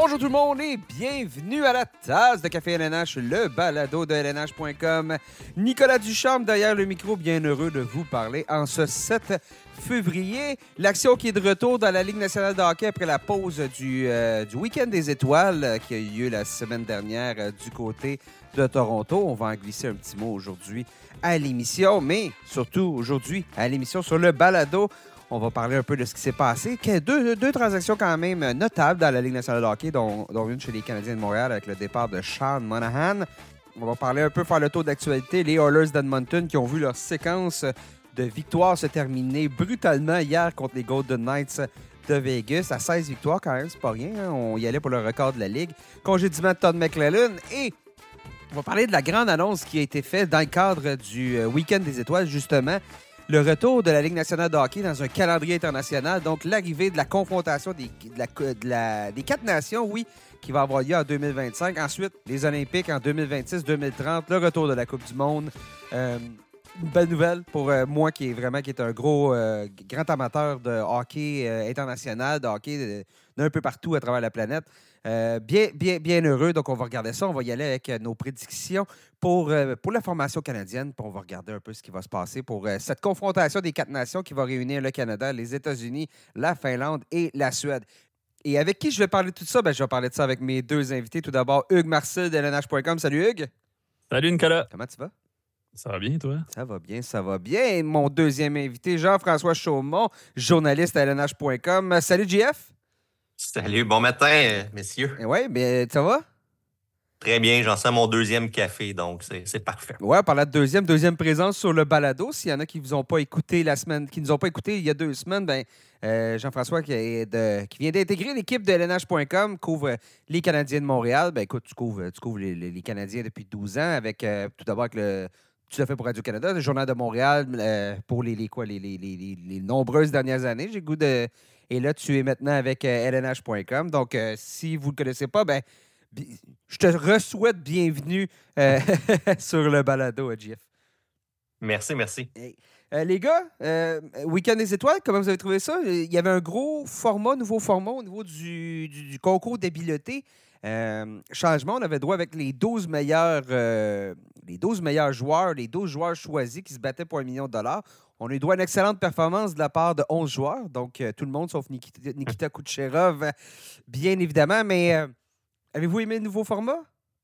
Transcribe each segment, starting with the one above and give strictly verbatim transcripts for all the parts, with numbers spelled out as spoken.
Bonjour tout le monde et bienvenue à la tasse de café L N H, le balado de L N H point com. Nicolas Ducharme derrière le micro, bien heureux de vous parler en ce sept février. L'action qui est de retour dans la Ligue nationale de hockey après la pause du, euh, du Week-end des étoiles euh, qui a eu lieu la semaine dernière euh, du côté de Toronto. On va en glisser un petit mot aujourd'hui à l'émission, mais surtout aujourd'hui à l'émission sur le balado. On va parler un peu de ce qui s'est passé. Deux, deux transactions quand même notables dans la Ligue nationale de hockey, dont, dont une chez les Canadiens de Montréal avec le départ de Sean Monahan. On va parler un peu, faire le tour d'actualité. Les Oilers d'Edmonton qui ont vu leur séquence de victoires se terminer brutalement hier contre les Golden Knights de Vegas. À seize victoires quand même, c'est pas rien. Hein? On y allait pour le record de la Ligue. Congédiement de Todd McLellan. Et on va parler de la grande annonce qui a été faite dans le cadre du Week-end des étoiles, justement. Le retour de la Ligue nationale de hockey dans un calendrier international, donc l'arrivée de la confrontation des, de la, de la, des quatre nations, oui, qui va avoir lieu en deux mille vingt-cinq. Ensuite, les Olympiques en deux mille vingt-six deux mille trente, le retour de la Coupe du monde. Euh, une belle nouvelle pour euh, moi qui est vraiment qui est un gros euh, grand amateur de hockey euh, international, de hockey d'un peu partout à travers la planète. Euh, bien, bien, bien heureux. Donc, on va regarder ça. On va y aller avec euh, nos prédictions pour, euh, pour la formation canadienne. Puis, on va regarder un peu ce qui va se passer pour euh, cette confrontation des quatre nations qui va réunir le Canada, les États-Unis, la Finlande et la Suède. Et avec qui je vais parler de tout ça? Ben, je vais parler de ça avec mes deux invités. Tout d'abord, Hugues Marcel de L N H point com. Salut, Hugues. Salut, Nicolas. Comment tu vas? Ça va bien, toi? Ça va bien, ça va bien. Et mon deuxième invité, Jean-François Chaumont, journaliste à L N H point com. Salut, J F. Salut, bon matin, messieurs. Oui, bien, ça va? Très bien, j'en sens mon deuxième café, donc c'est, c'est parfait. Oui, par la deuxième, deuxième présence sur le balado. S'il y en a qui vous ont pas écouté la semaine, qui nous ont pas écouté il y a deux semaines, ben euh, Jean-François qui, est de, qui vient d'intégrer l'équipe de L N H point com, couvre les Canadiens de Montréal. Ben écoute, tu couvres, tu couvres les, les Canadiens depuis douze ans, avec euh, tout d'abord avec le. Tu l'as fait pour Radio-Canada, le Journal de Montréal, euh, pour les, les, quoi, les, les, les, les, les nombreuses dernières années. J'ai le goût de. Et là, tu es maintenant avec euh, L N H point com. Donc, euh, si vous ne le connaissez pas, ben je te re-souhaite bienvenue euh, sur le balado, J F. Merci, merci. Hey. Euh, les gars, euh, Week-end des étoiles, comment vous avez trouvé ça? Il y avait un gros format, nouveau format au niveau du, du, du concours d'habileté. Euh, changement, on avait droit avec les douze meilleurs, euh, les douze meilleurs joueurs, les douze joueurs choisis qui se battaient pour un million de dollars. On a eu droit à une excellente performance de la part de onze joueurs, donc euh, tout le monde sauf Nikita, Nikita Kucherov, bien évidemment. Mais euh, avez-vous aimé le nouveau format?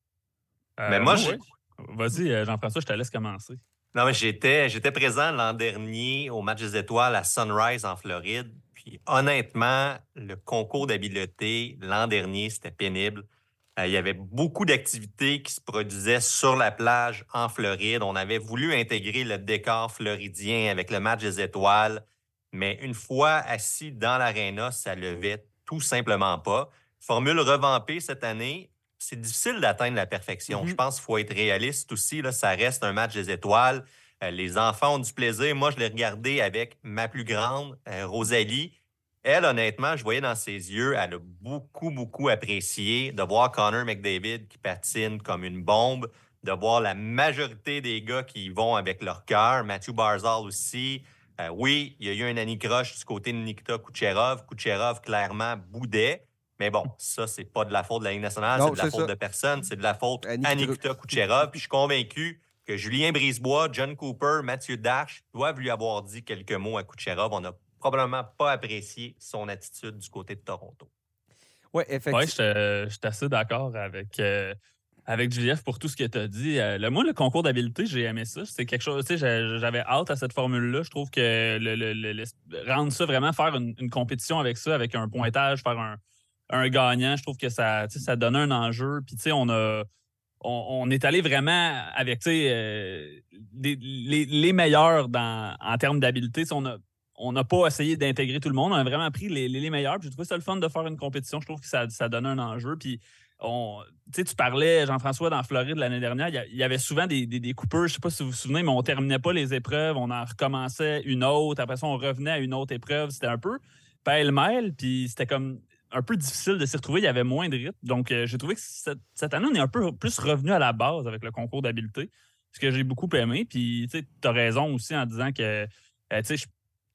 Euh, mais moi, moi j'ai... ouais. Vas-y, Jean-François, je te laisse commencer. Non, mais j'étais, j'étais présent l'an dernier au match des étoiles à Sunrise en Floride. Puis honnêtement, le concours d'habileté l'an dernier, c'était pénible. Euh, il y avait beaucoup d'activités qui se produisaient sur la plage en Floride. On avait voulu intégrer le décor floridien avec le match des étoiles, mais une fois assis dans l'aréna, ça levait tout simplement pas. Formule revampée cette année. C'est difficile d'atteindre la perfection. Mm-hmm. Je pense qu'il faut être réaliste aussi. Là, ça reste un match des étoiles. Euh, les enfants ont du plaisir. Moi, je l'ai regardé avec ma plus grande, euh, Rosalie. Elle, honnêtement, je voyais dans ses yeux, elle a beaucoup, beaucoup apprécié de voir Connor McDavid qui patine comme une bombe, de voir la majorité des gars qui y vont avec leur cœur. Matthew Barzal aussi. Euh, oui, il y a eu un anicroche du côté de Nikita Kucherov. Kucherov, clairement, boudait. Mais bon, ça, c'est pas de la faute de la Ligue nationale, non, c'est de la c'est faute ça. de personne, c'est de la faute à Nikita Kucherov. Puis je suis convaincu que Julien Brisebois, John Cooper, Mathieu Dash doivent lui avoir dit quelques mots à Kucherov. On n'a probablement pas apprécié son attitude du côté de Toronto. Oui, effectivement. Oui, je suis assez d'accord avec, euh, avec J F pour tout ce que tu as dit. Euh, le, moi, le concours d'habileté, j'ai aimé ça. C'est quelque chose, tu sais, j'avais hâte à cette formule-là. Je trouve que le, le, le, le, rendre ça, vraiment faire une, une compétition avec ça, avec un pointage, faire un un gagnant, je trouve que ça, ça donne un enjeu. Puis, tu sais, on a. On, on est allé vraiment avec, tu sais, euh, les, les, les meilleurs dans, en termes d'habileté. On a, on n'a pas essayé d'intégrer tout le monde. On a vraiment pris les, les meilleurs. Puis, j'ai trouvé ça le fun de faire une compétition. Je trouve que ça, ça donne un enjeu. Puis, on, tu sais, tu parlais, Jean-François, dans Floride l'année dernière, il y avait souvent des, des, des coupeurs. Je ne sais pas si vous vous souvenez, mais on ne terminait pas les épreuves. On en recommençait une autre. Après ça, on revenait à une autre épreuve. C'était un peu pêle-mêle. Puis, c'était comme un peu difficile de s'y retrouver. Il y avait moins de rythme. Donc, euh, j'ai trouvé que cette, cette année, on est un peu plus revenu à la base avec le concours d'habileté, ce que j'ai beaucoup aimé. Puis, tu sais, tu as raison aussi en disant que, euh, tu sais,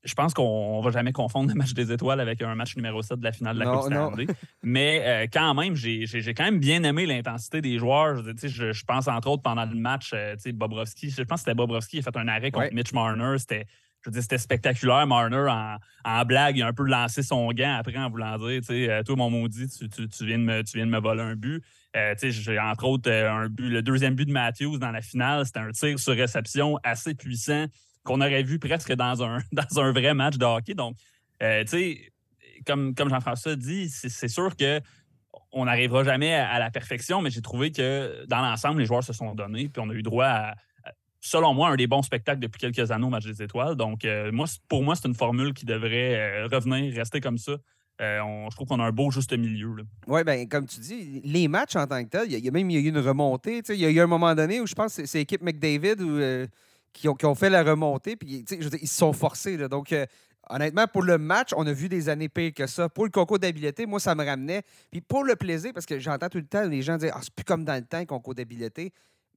je pense qu'on ne va jamais confondre le match des étoiles avec un match numéro sept de la finale de la non, Coupe Stanley. Mais euh, quand même, j'ai, j'ai, j'ai quand même bien aimé l'intensité des joueurs. Je, je, je pense entre autres pendant le match, euh, Bobrovsky, je pense que c'était Bobrovsky qui a fait un arrêt contre ouais. Mitch Marner. C'était, je veux dire, c'était spectaculaire. Marner, en, en blague, il a un peu lancé son gant après en voulant dire, euh, toi, mon maudit, tu, tu, tu, viens de me, tu viens de me voler un but. Euh, j'ai entre autres euh, un but, le deuxième but de Matthews dans la finale, c'était un tir sur réception assez puissant qu'on aurait vu presque dans un, dans un vrai match de hockey. Donc, euh, tu sais, comme, comme Jean-François dit, c'est, c'est sûr qu'on n'arrivera jamais à, à la perfection, mais j'ai trouvé que dans l'ensemble, les joueurs se sont donnés, puis on a eu droit à, à selon moi, un des bons spectacles depuis quelques années au match des étoiles. Donc, euh, moi, pour moi, c'est une formule qui devrait euh, revenir, rester comme ça. Euh, on, je trouve qu'on a un beau juste milieu. Oui, bien, comme tu dis, les matchs en tant que tel, il y, y a même il y a eu une remontée. Il y a eu un moment donné où je pense que c'est, c'est l'équipe McDavid où, euh, qui, ont, qui ont fait la remontée. Puis, je veux dire, ils se sont forcés. Là. Donc, euh, honnêtement, pour le match, on a vu des années pires que ça. Pour le concours d'habileté, moi, ça me ramenait. Puis pour le plaisir, parce que j'entends tout le temps les gens dire ah, c'est plus comme dans le temps, le concours d'habileté.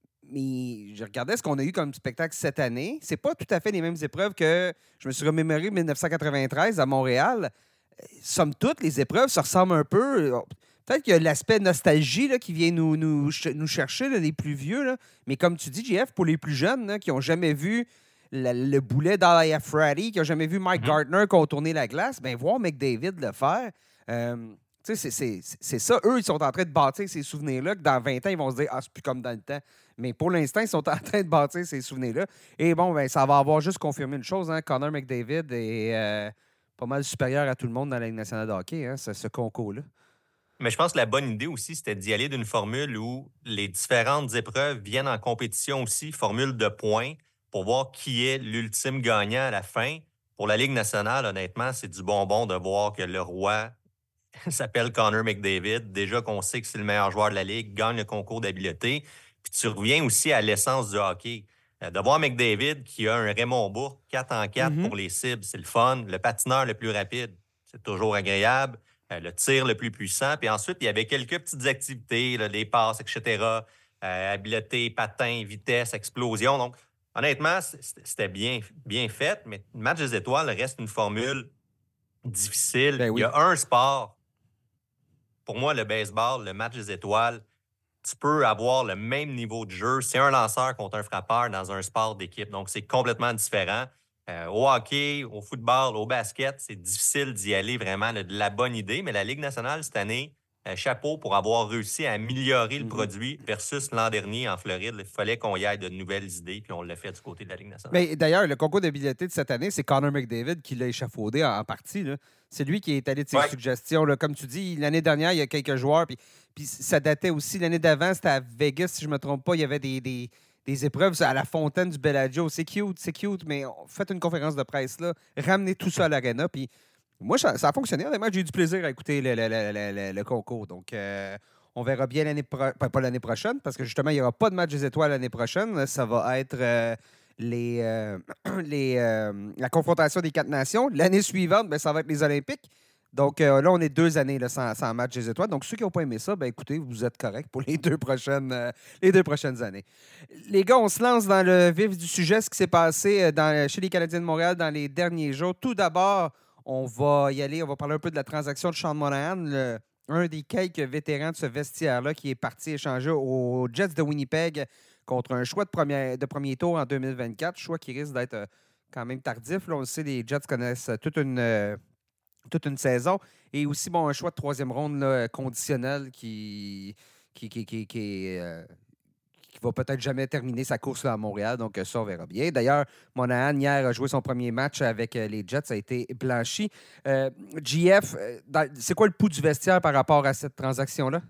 Mais je regardais ce qu'on a eu comme spectacle cette année. C'est pas tout à fait les mêmes épreuves que je me suis remémoré dix-neuf cent quatre-vingt-treize à Montréal. Somme toute, les épreuves se ressemblent un peu. Peut-être qu'il y a l'aspect nostalgie là, qui vient nous, nous, nous chercher, là, les plus vieux. Là. Mais comme tu dis, J F, pour les plus jeunes là, qui n'ont jamais vu le, le boulet d'Alaya Fratty, qui n'ont jamais vu Mike mm-hmm. Gardner contourner la glace, bien, voir McDavid le faire, euh, c'est, c'est, c'est, c'est ça. Eux, ils sont en train de bâtir ces souvenirs-là, que dans vingt ans, ils vont se dire « Ah, c'est plus comme dans le temps ». Mais pour l'instant, ils sont en train de bâtir ces souvenirs-là. Et bon, ben, ça va avoir juste confirmé une chose, hein, Connor McDavid est euh, pas mal supérieur à tout le monde dans la Ligue nationale de hockey, hein, ce, ce concours-là. Mais je pense que la bonne idée aussi, c'était d'y aller d'une formule où les différentes épreuves viennent en compétition aussi, formule de points, pour voir qui est l'ultime gagnant à la fin. Pour la Ligue nationale, honnêtement, c'est du bonbon de voir que le roi s'appelle Connor McDavid. Déjà qu'on sait que c'est le meilleur joueur de la Ligue, gagne le concours d'habileté. Puis tu reviens aussi à l'essence du hockey. Euh, de voir McDavid qui a un Raymond Bourque quatre en quatre mm-hmm. pour les cibles, c'est le fun. Le patineur le plus rapide, c'est toujours agréable. Euh, le tir le plus puissant. Puis ensuite, il y avait quelques petites activités, là, les passes, et cetera. Euh, habileté, patin, vitesse, explosion. Donc, honnêtement, c'était bien, bien fait. Mais le match des étoiles reste une formule difficile. Ben oui. Il y a un sport. Pour moi, le baseball, le match des étoiles, tu peux avoir le même niveau de jeu. C'est un lanceur contre un frappeur dans un sport d'équipe. Donc, c'est complètement différent. Euh, au hockey, au football, au basket, c'est difficile d'y aller vraiment là, de la bonne idée. Mais la Ligue nationale, cette année, euh, chapeau pour avoir réussi à améliorer le mm-hmm. produit versus l'an dernier en Floride. Il fallait qu'on y aille de nouvelles idées, puis on l'a fait du côté de la Ligue nationale. Mais d'ailleurs, le concours d'habileté de cette année, c'est Connor McDavid qui l'a échafaudé en, en partie. Là. C'est lui qui est allé de ses ouais. suggestions. Là. Comme tu dis, l'année dernière, il y a quelques joueurs, puis, puis ça datait aussi. L'année d'avant, c'était à Vegas, si je ne me trompe pas. Il y avait des... des... des épreuves à la fontaine du Bellagio. C'est cute, c'est cute, mais faites une conférence de presse, là. Ramenez tout ça à l'aréna. Puis moi, ça, ça a fonctionné. Honnêtement, j'ai eu du plaisir à écouter le, le, le, le, le concours. Donc, euh, on verra bien l'année prochaine. Pas l'année prochaine, parce que justement, il n'y aura pas de match des étoiles l'année prochaine. Ça va être euh, les, euh, les, euh, la confrontation des quatre nations. L'année suivante, bien, ça va être les Olympiques. Donc euh, là, on est deux années là, sans, sans match des étoiles. Donc ceux qui n'ont pas aimé ça, ben écoutez, vous êtes corrects pour les deux prochaines, euh, les deux prochaines années. Les gars, on se lance dans le vif du sujet, ce qui s'est passé dans, chez les Canadiens de Montréal dans les derniers jours. Tout d'abord, on va y aller, on va parler un peu de la transaction de Sean Monahan, le, un des quelques vétérans de ce vestiaire-là qui est parti échanger aux Jets de Winnipeg contre un choix de premier, de premier tour en deux mille vingt-quatre, choix qui risque d'être euh, quand même tardif. Là, on le sait, les Jets connaissent toute une... Euh, toute une saison. Et aussi, bon, un choix de troisième ronde là, conditionnel qui, qui, qui, qui, qui, euh, qui va peut-être jamais terminer sa course là, à Montréal. Donc, ça, on verra bien. D'ailleurs, Monahan, hier, a joué son premier match avec les Jets. Ça a été blanchi. Euh, J F, dans, c'est quoi le pouls du vestiaire par rapport à cette transaction-là?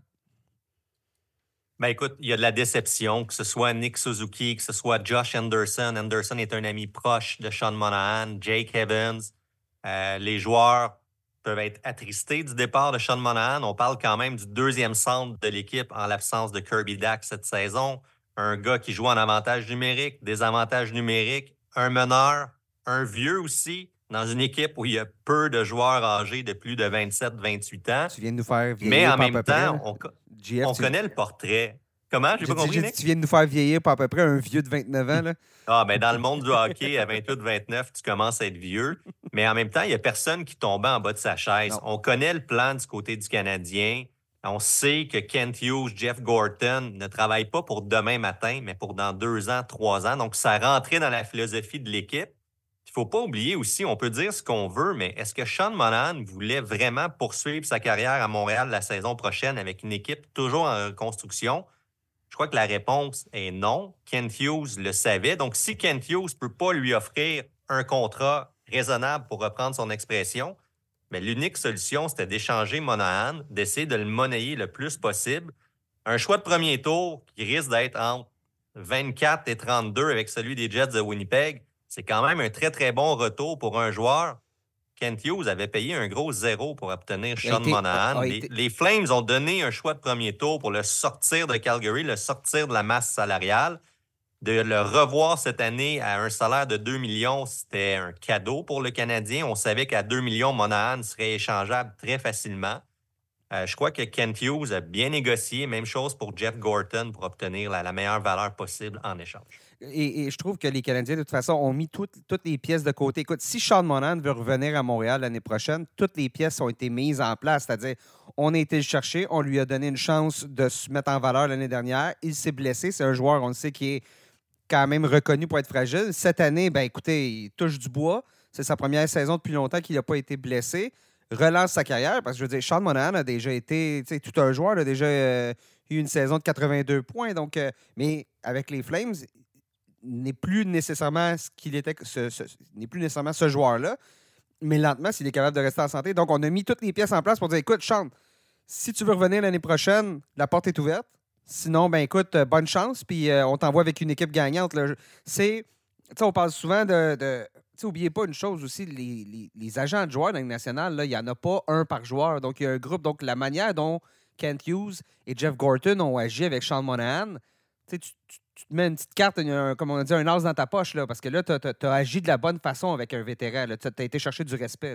Ben écoute, il y a de la déception, que ce soit Nick Suzuki, que ce soit Josh Anderson. Anderson est un ami proche de Sean Monahan, Jake Evans. Euh, les joueurs peuvent être attristés du départ de Sean Monahan. On parle quand même du deuxième centre de l'équipe en l'absence de Kirby Dach cette saison. Un gars qui joue en avantage numérique, désavantage numérique, un meneur, un vieux aussi, dans une équipe où il y a peu de joueurs âgés de plus de vingt-sept vingt-huit ans. Tu viens de nous faire vieillir. Mais en même temps, près, on, G F, on connaît le portrait. Comment? J'ai, j'ai pas compris, dit, tu viens de nous faire vieillir pour à peu près un vieux de vingt-neuf ans. Là. Ah, ben dans le monde du hockey, à vingt-huit vingt-neuf, tu commences à être vieux. Mais en même temps, il n'y a personne qui tombait en bas de sa chaise. Non. On connaît le plan du côté du Canadien. On sait que Kent Hughes, Jeff Gorton ne travaillent pas pour demain matin, mais pour dans deux ans, trois ans. Donc, ça rentrait dans la philosophie de l'équipe. Il ne faut pas oublier aussi, on peut dire ce qu'on veut, mais est-ce que Sean Monahan voulait vraiment poursuivre sa carrière à Montréal la saison prochaine avec une équipe toujours en reconstruction? Je crois que la réponse est non. Kent Hughes le savait. Donc, si Kent Hughes ne peut pas lui offrir un contrat raisonnable pour reprendre son expression, mais l'unique solution, c'était d'échanger Monahan, d'essayer de le monnayer le plus possible. Un choix de premier tour qui risque d'être entre vingt-quatre et trente-deux avec celui des Jets de Winnipeg, c'est quand même un très, très bon retour pour un joueur. Kent Hughes avait payé un gros zéro pour obtenir Sean été, Monahan. a, a les, été... les Flames ont donné un choix de premier tour pour le sortir de Calgary, le sortir de la masse salariale. De le revoir cette année à un salaire de deux millions, c'était un cadeau pour le Canadien. On savait qu'à deux millions, Monahan serait échangeable très facilement. Euh, je crois que Kent Hughes a bien négocié. Même chose pour Jeff Gorton pour obtenir la, la meilleure valeur possible en échange. Et, et je trouve que les Canadiens, de toute façon, ont mis toutes, toutes les pièces de côté. Écoute, si Sean Monahan veut revenir à Montréal l'année prochaine, toutes les pièces ont été mises en place. C'est-à-dire, on a été le chercher, on lui a donné une chance de se mettre en valeur l'année dernière. Il s'est blessé. C'est un joueur, on le sait, qui est quand même reconnu pour être fragile. Cette année, ben écoutez, il touche du bois. C'est sa première saison depuis longtemps qu'il n'a pas été blessé. Relance sa carrière, parce que je veux dire, Sean Monahan a déjà été, tu sais, tout un joueur, a déjà euh, eu une saison de quatre-vingt-deux points. Donc, euh, mais avec les Flames, n'est plus nécessairement ce qu'il était, ce, ce, n'est plus nécessairement ce joueur-là. Mais lentement, s'il est capable de rester en santé. Donc, on a mis toutes les pièces en place pour dire, écoute, Sean, si tu veux revenir l'année prochaine, la porte est ouverte. Sinon, ben écoute, euh, bonne chance, puis euh, on t'envoie avec une équipe gagnante. Là. C'est, on parle souvent de... de n'oubliez pas une chose aussi, les, les, les agents de joueurs dans la Ligue nationale, il n'y en a pas un par joueur. Donc, il y a un groupe. Donc, la manière dont Kent Hughes et Jeff Gorton ont agi avec Sean Monahan, tu, tu, tu te mets une petite carte, un, comme on a dit, un as dans ta poche, là, parce que là, tu as agi de la bonne façon avec un vétéran. Tu as été chercher du respect.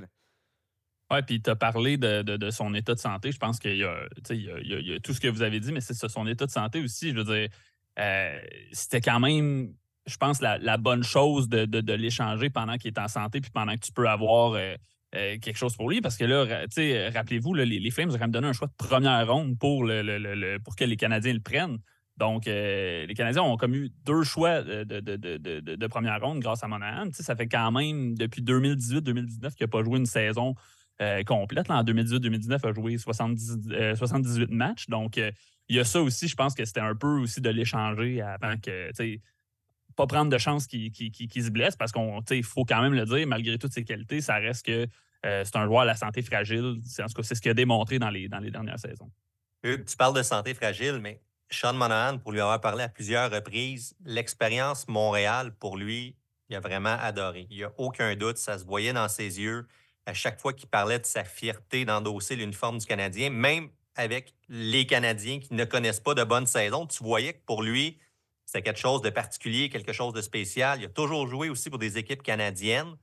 Oui, puis tu as parlé de, de, de son état de santé. Je pense qu'il y a, il y a, il y a, il y a tout ce que vous avez dit, mais c'est ça, son état de santé aussi. Je veux dire, euh, c'était quand même, je pense, la, la bonne chose de, de, de l'échanger pendant qu'il est en santé puis pendant que tu peux avoir euh, euh, quelque chose pour lui. Parce que là, rappelez-vous, là, les, les Flames ont quand même donné un choix de première ronde pour, le, le, le, pour que les Canadiens le prennent. Donc, euh, les Canadiens ont comme eu deux choix de, de, de, de, de, de première ronde grâce à Monahan. T'sais, ça fait quand même depuis deux mille dix-huit deux mille dix-neuf qu'il n'a pas joué une saison euh, complète. Là, en deux mille dix-huit deux mille dix-neuf, il a joué soixante-dix, euh, soixante-dix-huit matchs. Donc, euh, il y a ça aussi. Je pense que c'était un peu aussi de l'échanger avant que, tu sais, pas prendre de chance qu'il, qu'il, qu'il, qu'il se blesse parce qu'il faut quand même le dire, malgré toutes ses qualités, ça reste que euh, c'est un joueur à la santé fragile. C'est, en tout cas, c'est ce qu'il a démontré dans les, dans les dernières saisons. Tu parles de santé fragile, mais Sean Monahan, pour lui avoir parlé à plusieurs reprises, l'expérience Montréal, pour lui, il a vraiment adoré. Il n'y a aucun doute, ça se voyait dans ses yeux à chaque fois qu'il parlait de sa fierté d'endosser l'uniforme du Canadien, même avec les Canadiens qui ne connaissent pas de bonne saison. Tu voyais que pour lui, c'était quelque chose de particulier, quelque chose de spécial. Il a toujours joué aussi pour des équipes canadiennes,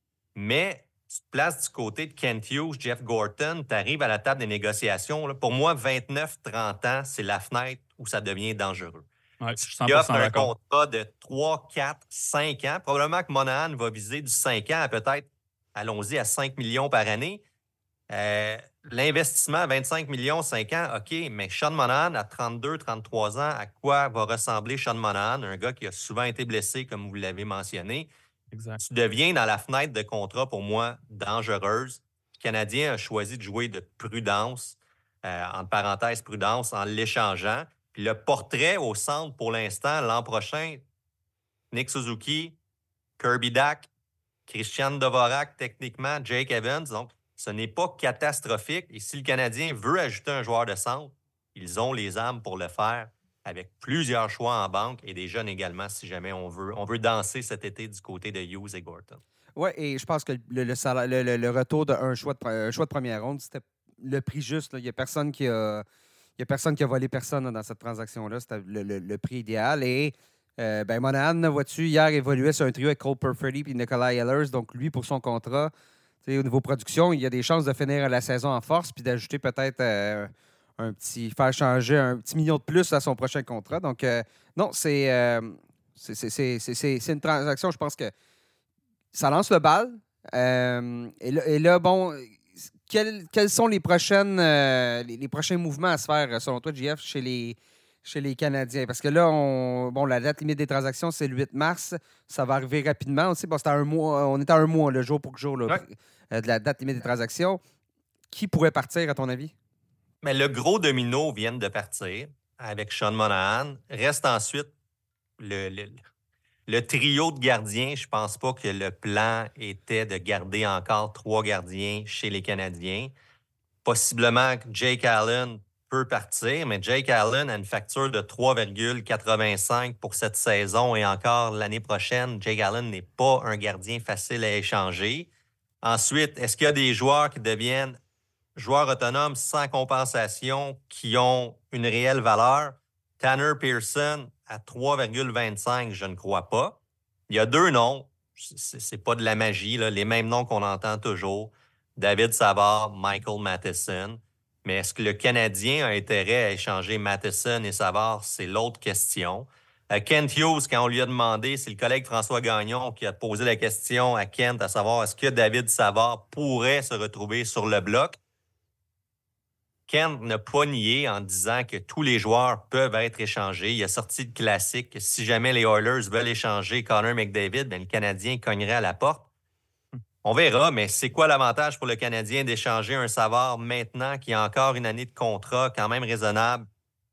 mais tu te places du côté de Kent Hughes, Jeff Gorton, tu arrives à la table des négociations. Là. Pour moi, vingt-neuf trente ans, c'est la fenêtre où ça devient dangereux. Ouais, je suis cent Il pour offre cent un d'accord. contrat de trois, quatre, cinq ans. Probablement que Monahan va viser du cinq ans à peut-être, allons-y, à cinq millions par année. Euh, l'investissement à vingt-cinq millions, cinq ans, OK, mais Sean Monahan, à trente-deux, trente-trois ans, à quoi va ressembler Sean Monahan, un gars qui a souvent été blessé, comme vous l'avez mentionné? Exact. Tu deviens dans la fenêtre de contrat, pour moi, dangereuse. Le Canadien a choisi de jouer de prudence, euh, entre parenthèses prudence, en l'échangeant. Puis le portrait au centre, pour l'instant, l'an prochain, Nick Suzuki, Kirby Dach, Christian Dvorak, techniquement, Jake Evans. Donc, ce n'est pas catastrophique. Et si le Canadien veut ajouter un joueur de centre, ils ont les armes pour le faire, avec plusieurs choix en banque et des jeunes également, si jamais on veut, on veut danser cet été du côté de Hughes et Gorton. Oui, et je pense que le, le, salaire, le, le, le retour d'un choix de, un choix de première ronde, c'était le prix juste. Là. Il n'y a personne qui a... Il n'y a personne qui a volé personne dans cette transaction-là. C'était le, le, le prix idéal. Et euh, ben Monahan, vois-tu, hier, évoluait sur un trio avec Cole Perfetti et Nikolai Ehlers. Donc, lui, pour son contrat, au niveau production, il y a des chances de finir la saison en force puis d'ajouter peut-être euh, un petit, faire changer un petit million de plus à son prochain contrat. Donc, euh, non, c'est, euh, c'est, c'est, c'est, c'est, c'est une transaction, je pense que ça lance le bal. Euh, et, là, et là, bon, quels, quels sont les, prochaines, euh, les, les prochains mouvements à se faire, selon toi, J F, chez les, chez les Canadiens? Parce que là, on, bon, la date limite des transactions, c'est le huit mars. Ça va arriver rapidement aussi. Bon, c'est à un mois, on est à un mois, le jour pour jour, là, Ouais. euh, de la date limite des transactions. Qui pourrait partir, à ton avis? Mais le gros domino vient de partir avec Sean Monahan. Reste ensuite le, le, le trio de gardiens. Je pense pas que le plan était de garder encore trois gardiens chez les Canadiens. Possiblement que Jake Allen peut partir, mais Jake Allen a une facture de trois virgule quatre-vingt-cinq pour cette saison et encore l'année prochaine. Jake Allen n'est pas un gardien facile à échanger. Ensuite, est-ce qu'il y a des joueurs qui deviennent joueurs autonomes sans compensation qui ont une réelle valeur? Tanner Pearson à trois virgule vingt-cinq, je ne crois pas. Il y a deux noms. C'est pas de la magie, là, les mêmes noms qu'on entend toujours. David Savard, Michael Matheson. Mais est-ce que le Canadien a intérêt à échanger Matheson et Savard? C'est l'autre question. Euh, Kent Hughes, quand on lui a demandé, c'est le collègue François Gagnon qui a posé la question à Kent à savoir est-ce que David Savard pourrait se retrouver sur le bloc? Kent n'a pas nié en disant que tous les joueurs peuvent être échangés. Il a sorti de classique que si jamais les Oilers veulent échanger Connor McDavid, bien, le Canadien cognerait à la porte. On verra, mais c'est quoi l'avantage pour le Canadien d'échanger un Savard maintenant qui a encore une année de contrat quand même raisonnable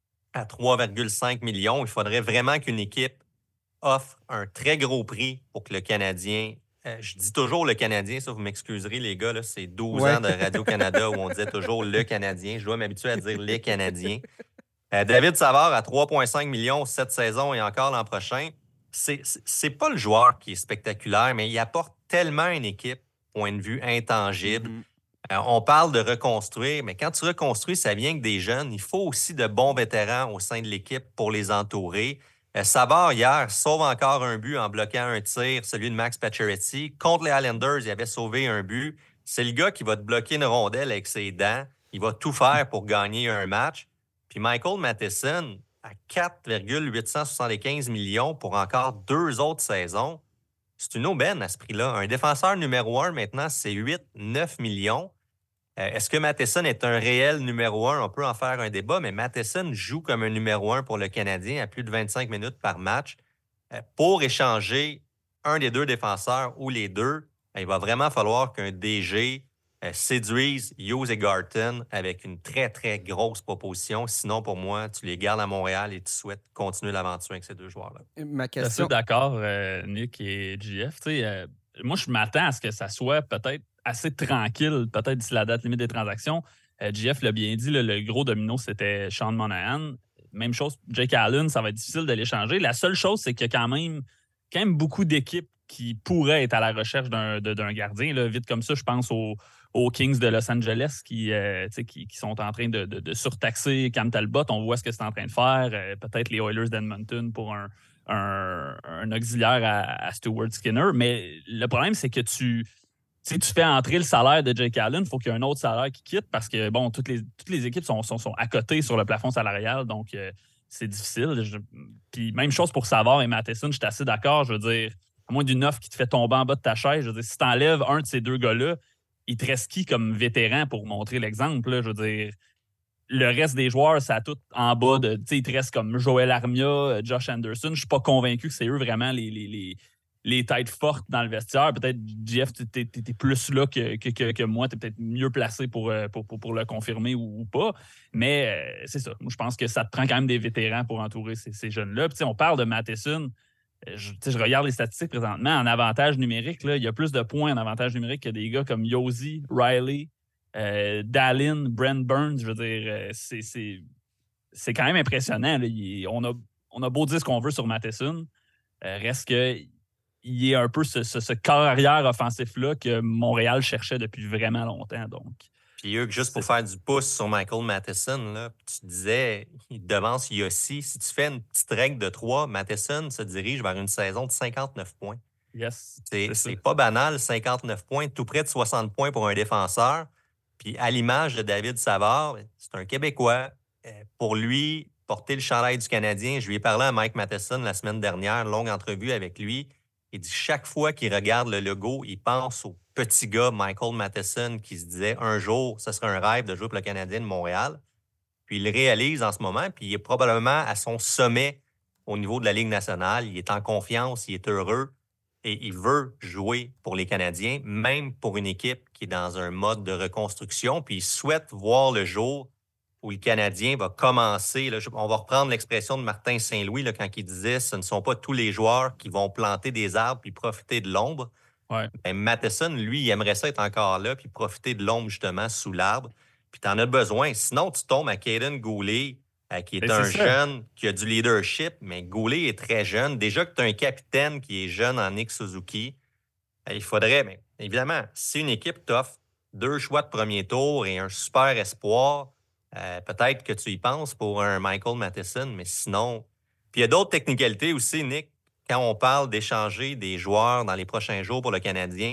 à trois virgule cinq millions? Il faudrait vraiment qu'une équipe offre un très gros prix pour que le Canadien... Euh, je dis toujours le Canadien, ça vous m'excuserez les gars, là, c'est douze Ouais. ans de Radio-Canada où on disait toujours le Canadien. Je dois m'habituer à dire les Canadiens. Euh, David Savard à trois virgule cinq millions cette saison et encore l'an prochain. C'est, c'est, c'est pas le joueur qui est spectaculaire, mais il apporte tellement une équipe, point de vue intangible. Mm-hmm. Euh, on parle de reconstruire, mais quand tu reconstruis, ça vient que des jeunes. Il faut aussi de bons vétérans au sein de l'équipe pour les entourer. Euh, Savard, hier, sauve encore un but en bloquant un tir, celui de Max Pacioretty. Contre les Islanders, il avait sauvé un but. C'est le gars qui va te bloquer une rondelle avec ses dents. Il va tout faire pour gagner un match. Puis Michael Matheson, à quatre virgule huit cent soixante-quinze millions pour encore deux autres saisons, c'est une aubaine à ce prix-là. Un défenseur numéro un, maintenant, c'est huit neuf millions. Euh, est-ce que Matheson est un réel numéro un? On peut en faire un débat, mais Matheson joue comme un numéro un pour le Canadien à plus de vingt-cinq minutes par match. Euh, pour échanger un des deux défenseurs ou les deux, il va vraiment falloir qu'un D G euh, séduise Hughes et Garten avec une très, très grosse proposition. Sinon, pour moi, tu les gardes à Montréal et tu souhaites continuer l'aventure avec ces deux joueurs-là. Ma Je suis question... d'accord, euh, Nick et J F. Tu sais, euh, moi, je m'attends à ce que ça soit peut-être assez tranquille, peut-être d'ici la date limite des transactions. Euh, J F l'a bien dit, là, le gros domino, c'était Sean Monahan. Même chose, Jake Allen, ça va être difficile de l'échanger. La seule chose, c'est qu'il y a quand même, quand même beaucoup d'équipes qui pourraient être à la recherche d'un, de, d'un gardien. Là. Vite comme ça, je pense aux, aux Kings de Los Angeles qui, euh, qui, qui sont en train de, de, de surtaxer Cam Talbot. On voit ce que c'est en train de faire. Euh, peut-être les Oilers d'Edmonton pour un, un, un auxiliaire à, à Stuart Skinner. Mais le problème, c'est que tu... Si tu fais entrer le salaire de Jake Allen, il faut qu'il y ait un autre salaire qui quitte parce que, bon, toutes les, toutes les équipes sont, sont, sont à côté sur le plafond salarial, donc euh, c'est difficile. Je, puis même chose pour Savard et Matheson, je suis assez d'accord. Je veux dire, à moins d'une offre qui te fait tomber en bas de ta chaise, je veux dire, si tu enlèves un de ces deux gars-là, il te reste qui comme vétéran pour montrer l'exemple? Là, je veux dire, le reste des joueurs, ça a tout en bas de. Tu sais, il te reste comme Joel Armia, Josh Anderson. Je ne suis pas convaincu que c'est eux vraiment les. les, les les têtes fortes dans le vestiaire. Peut-être, Jeff, tu es plus là que, que, que moi. Tu es peut-être mieux placé pour, pour, pour, pour le confirmer ou, ou pas. Mais euh, c'est ça. Moi, je pense que ça te prend quand même des vétérans pour entourer ces, ces jeunes-là. Puis, on parle de Matheson. Je, je regarde les statistiques présentement. En avantage numérique, là, il y a plus de points en avantage numérique que des gars comme Josi, Riley, euh, Dallin, Brent Burns. Je veux dire, c'est, c'est, c'est quand même impressionnant. Là. Il, on, a, on a beau dire ce qu'on veut sur Matheson. Euh, reste que il y a un peu ce, ce, ce corps arrière offensif-là que Montréal cherchait depuis vraiment longtemps. Donc. Puis Hugues, juste pour faire du pouce sur Michael Matheson, là, tu disais, il devance Yossi. Si tu fais une petite règle de trois, Matheson se dirige vers une saison de cinquante-neuf points. Yes, c'est, c'est, c'est pas banal, cinquante-neuf points, tout près de soixante points pour un défenseur. Puis à l'image de David Savard, c'est un Québécois. Pour lui, porter le chandail du Canadien, je lui ai parlé à Mike Matheson la semaine dernière, longue entrevue avec lui. Il dit chaque fois qu'il regarde le logo, il pense au petit gars, Michael Matheson, qui se disait un jour, ce serait un rêve de jouer pour le Canadien de Montréal. Puis il le réalise en ce moment, puis il est probablement à son sommet au niveau de la Ligue nationale. Il est en confiance, il est heureux et il veut jouer pour les Canadiens, même pour une équipe qui est dans un mode de reconstruction. Puis il souhaite voir le jour où le Canadien va commencer. Là, on va reprendre l'expression de Martin Saint-Louis là, quand il disait « ce ne sont pas tous les joueurs qui vont planter des arbres puis profiter de l'ombre ». Ouais. Ben, Matheson, lui, il aimerait ça être encore là puis profiter de l'ombre justement sous l'arbre. Puis tu en as besoin. Sinon, tu tombes à Caden Goulet, euh, qui est Et un c'est ça. jeune qui a du leadership, mais Goulet est très jeune. Déjà que tu as un capitaine qui est jeune en Nick Suzuki, euh, il faudrait, mais évidemment, si une équipe t'offre deux choix de premier tour et un super espoir, euh, peut-être que tu y penses pour un Michael Matheson, mais sinon... Puis il y a d'autres technicalités aussi, Nick. Quand on parle d'échanger des joueurs dans les prochains jours pour le Canadien,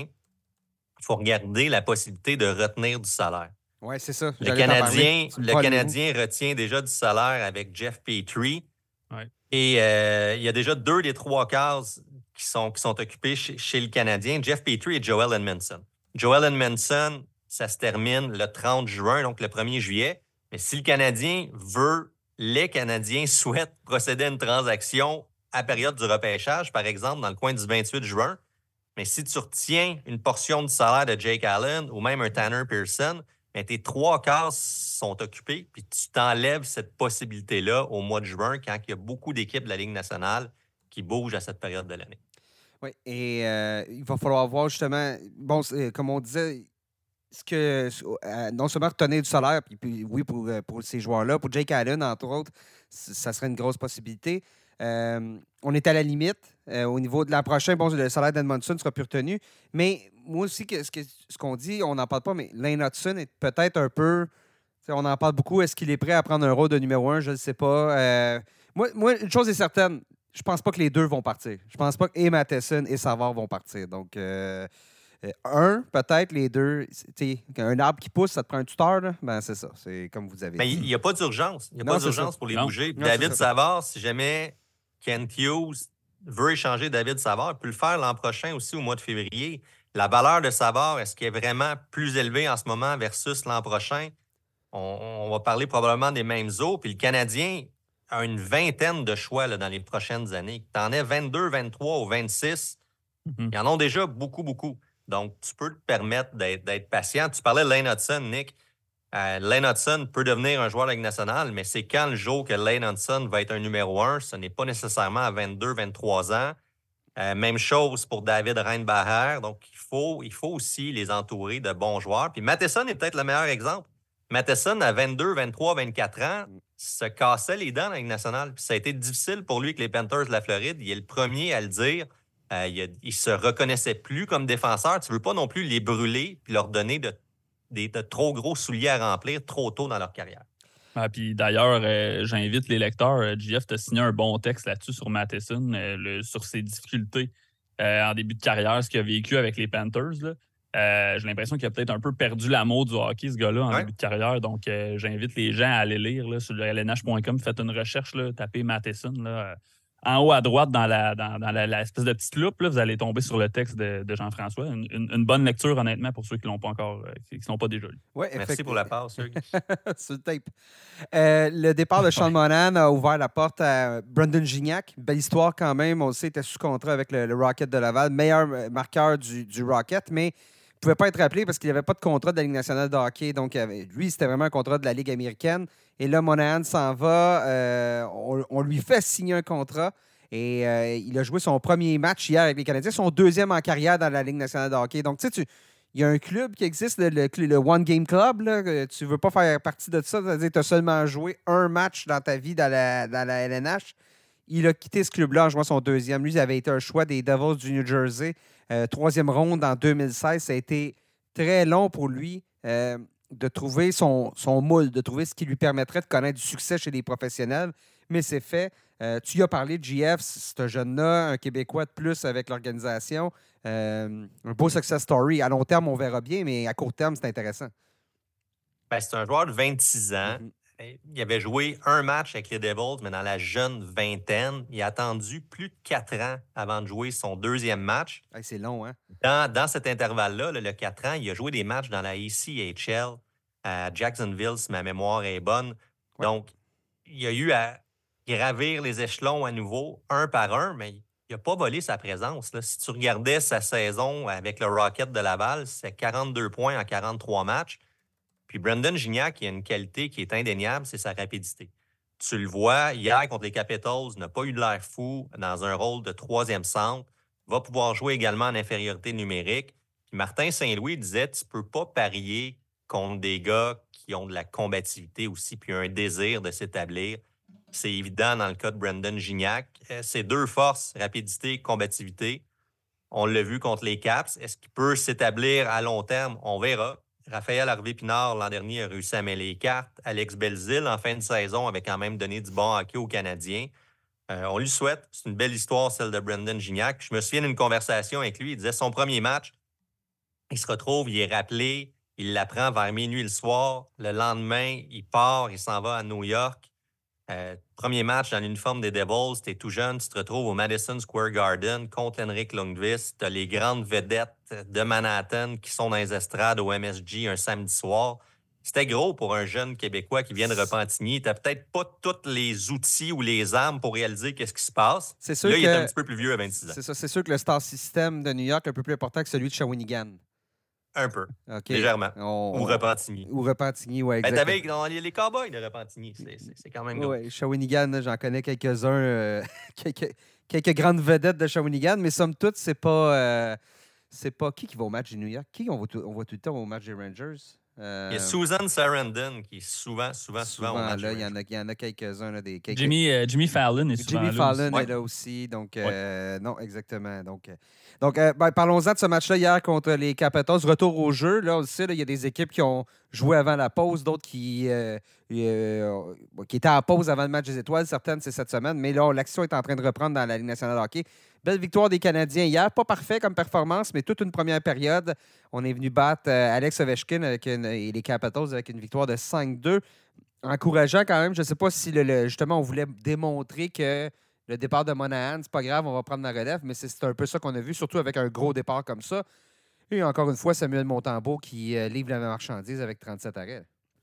il faut regarder la possibilité de retenir du salaire. Oui, c'est ça. Le J'allais t'en Canadien, parler. Tu me le voles les Canadien retient déjà du salaire avec Jeff Petrie. Ouais. Et euh, il y a déjà deux des trois cases qui sont, qui sont occupées chez, chez le Canadien, Jeff Petrie et Joel Edmondson. Joel Edmondson, ça se termine le trente juin, donc le premier juillet. Mais si le Canadien veut, les Canadiens souhaitent procéder à une transaction à période du repêchage, par exemple, dans le coin du vingt-huit juin, mais si tu retiens une portion du salaire de Jake Allen ou même un Tanner Pearson, mais tes trois cases sont occupées, puis tu t'enlèves cette possibilité-là au mois de juin quand il y a beaucoup d'équipes de la Ligue nationale qui bougent à cette période de l'année. Oui, et euh, il va falloir voir justement, bon, c'est- comme on disait, ce que, euh, non seulement retenir du salaire, puis, puis oui, pour, euh, pour ces joueurs-là, pour Jake Allen, entre autres, c- ça serait une grosse possibilité. Euh, on est à la limite. Euh, au niveau de l'an prochain, bon, le salaire d'Edmondson ne sera plus retenu. Mais moi aussi, que, ce que- ce qu'on dit, on n'en parle pas, mais Lane Hudson est peut-être un peu. Tu sais, on en parle beaucoup. Est-ce qu'il est prêt à prendre un rôle de numéro un? Je ne sais pas. Euh, moi, moi, une chose est certaine, je pense pas que les deux vont partir. Je pense pas que et Matheson et Savard vont partir. Donc, euh, euh, un, peut-être, les deux. c'est- tu sais, un arbre qui pousse, ça te prend un tuteur, là? Ben, c'est ça. C'est comme vous avez Mais dit. il n'y a pas d'urgence. Il n'y a Non, pas c'est d'urgence ça. pour les Non. bouger. Puis Non, c'est David ça. Savard, si jamais Kent Hughes veut échanger David Savard, il peut le faire l'an prochain aussi au mois de février. La valeur de Savard, est-ce qu'elle est vraiment plus élevée en ce moment versus l'an prochain? On, on va parler probablement des mêmes eaux. Puis le Canadien a une vingtaine de choix là, dans les prochaines années. Tu en as vingt-deux, vingt-trois ou vingt-six. Mhm. Ils en ont déjà beaucoup, beaucoup. Donc, tu peux te permettre d'être, d'être patient. Tu parlais de Lane Hudson, Nick. Euh, Lane Hudson peut devenir un joueur de la Ligue nationale, mais c'est quand le jour que Lane Hudson va être un numéro un, ce n'est pas nécessairement à vingt-deux, vingt-trois ans. Euh, même chose pour David Reinbacher. Donc, il faut, il faut aussi les entourer de bons joueurs. Puis Matheson est peut-être le meilleur exemple. Matheson, à vingt-deux, vingt-trois, vingt-quatre ans, se cassait les dents dans la Ligue nationale. Puis ça a été difficile pour lui avec les Panthers de la Floride. Il est le premier à le dire. Euh, il, a- il se reconnaissait plus comme défenseur. Tu ne veux pas non plus les brûler puis leur donner de, des, de trop gros souliers à remplir trop tôt dans leur carrière. Ah, puis d'ailleurs, euh, j'invite les lecteurs. euh, J F t'a signé un bon texte là-dessus sur Matheson, euh, le- sur ses difficultés euh, en début de carrière, ce qu'il a vécu avec les Panthers. Là. Euh, j'ai l'impression qu'il a peut-être un peu perdu l'amour du hockey, ce gars-là, en Ouais. début de carrière. Donc, euh, j'invite les gens à aller lire là, sur le L N H point com. Faites une recherche, là, tapez Matheson. Là, euh, en haut à droite, dans la, dans, dans la, la espèce de petite loupe, là, vous allez tomber sur le texte de, de Jean-François. Une, une- une bonne lecture, honnêtement, pour ceux qui ne l'ont pas encore, euh, qui ne l'ont pas déjà lu. Ouais, Merci pour la passe, Hugues. sur le tape. Euh, le départ de Sean Monahan a ouvert la porte à Brandon Gignac. Belle histoire quand même. On le sait, il était sous contrat avec le, le Rocket de Laval, meilleur euh, marqueur du, du Rocket, mais il ne pouvait pas être rappelé parce qu'il n'y avait pas de contrat de la Ligue nationale de hockey. Donc, il avait- lui, c'était vraiment un contrat de la Ligue américaine. Et là, Monahan s'en va. euh, on, on lui fait signer un contrat. Et euh, il a joué son premier match hier avec les Canadiens, son deuxième en carrière dans la Ligue nationale de hockey. Donc, tu sais, tu il y a un club qui existe, le, le- le One Game Club. Là, que tu ne veux pas faire partie de ça. C'est-à-dire que tu as seulement joué un match dans ta vie dans la, dans la L N H. Il a quitté ce club-là en jouant son deuxième. Lui, il avait été un choix des Devils du New Jersey. Euh, troisième ronde en deux mille seize. Ça a été très long pour lui euh, de trouver son, son moule, de trouver ce qui lui permettrait de connaître du succès chez les professionnels. Mais c'est fait. Euh, tu y as parlé de J F, c'est un jeune-là, un Québécois de plus avec l'organisation. Euh, un beau success story. À long terme, on verra bien, mais à court terme, c'est intéressant. Ben, c'est un joueur de vingt-six ans. Mhm. il avait joué un match avec les Devils, mais dans la jeune vingtaine. Il a attendu plus de quatre ans avant de jouer son deuxième match. Hey, c'est long, hein? Dans, dans cet intervalle-là, là, le quatre ans, il a joué des matchs dans la A C H L à Jacksonville, si ma mémoire est bonne. Ouais. Donc, il a eu à gravir les échelons à nouveau, un par un, mais il n'a pas volé sa présence. Là. Si tu regardais sa saison avec le Rocket de Laval, c'est quarante-deux points en quarante-trois matchs. Puis Brendan Gignac, il a une qualité qui est indéniable, c'est sa rapidité. Tu le vois, hier contre les Capitals, n'a pas eu de l'air fou dans un rôle de troisième centre, va pouvoir jouer également en infériorité numérique. Puis Martin Saint-Louis disait, tu ne peux pas parier contre des gars qui ont de la combativité aussi, puis un désir de s'établir. C'est évident dans le cas de Brendan Gignac. Ces deux forces, rapidité, combativité, on l'a vu contre les Caps. Est-ce qu'il peut s'établir à long terme? On verra. Raphaël Harvey-Pinard, l'an dernier, a réussi à mêler les cartes. Alex Belzile, en fin de saison, avait quand même donné du bon hockey aux Canadiens. Euh, on lui souhaite. C'est une belle histoire, celle de Brendan Gignac. Je me souviens d'une conversation avec lui. Il disait son premier match, il se retrouve, il est rappelé, il l'apprend vers minuit le soir. Le lendemain, il part, il s'en va à New York. Euh, premier match dans l'uniforme des Devils, tu es tout jeune, tu te retrouves au Madison Square Garden contre Henrik Lundqvist. Tu as les grandes vedettes de Manhattan qui sont dans les estrades au M S G un samedi soir. C'était gros pour un jeune Québécois qui vient de Repentigny. Tu n'as peut-être pas tous les outils ou les armes pour réaliser qu'est-ce qui se passe. C'est sûr Là, que... il est un petit peu plus vieux à vingt-six ans. C'est ça, c'est sûr que le Star System de New York est un peu plus important que celui de Shawinigan. Un peu, Okay. légèrement. On... Ou Repentigny. Ou Repentigny, oui, Ben, exactement. t'avais non, les, les Cowboys de Repentigny, c'est, c'est, c'est quand même gros. Oui, Shawinigan, là, j'en connais quelques-uns, euh, quelques, quelques grandes vedettes de Shawinigan, mais somme toute, c'est pas, euh, c'est pas qui qui va au match de New York. Qui on voit tout, on voit tout le temps au match des Rangers? Euh, Il y a Susan Sarandon qui est souvent, souvent, souvent, souvent au match là, des il y en Rangers. a, il y en a quelques-uns. Là, des, quelques... Jimmy, euh, Jimmy Fallon est souvent Jimmy là Fallon aussi. est là aussi. Donc, euh, non, exactement. Donc, euh, donc euh, ben, parlons-en de ce match-là hier contre les Capitals. Retour au jeu. Là, on le sait, il y a des équipes qui ont joué avant la pause, d'autres qui, euh, euh, qui étaient en pause avant le match des Étoiles. Certaines, c'est cette semaine. Mais là, l'action est en train de reprendre dans la Ligue nationale de hockey. Belle victoire des Canadiens hier. Pas parfait comme performance, mais toute une première période. On est venu battre euh, Alex Ovechkin avec une, et les Capitals avec une victoire de cinq deux. Encourageant quand même. Je ne sais pas si le, le, justement on voulait démontrer que le départ de Monahan, c'est pas grave, on va prendre la relève, mais c'est, c'est un peu ça qu'on a vu, surtout avec un gros départ comme ça. Et encore une fois, Samuel Montembeault qui euh, livre la marchandise avec trente-sept arrêts.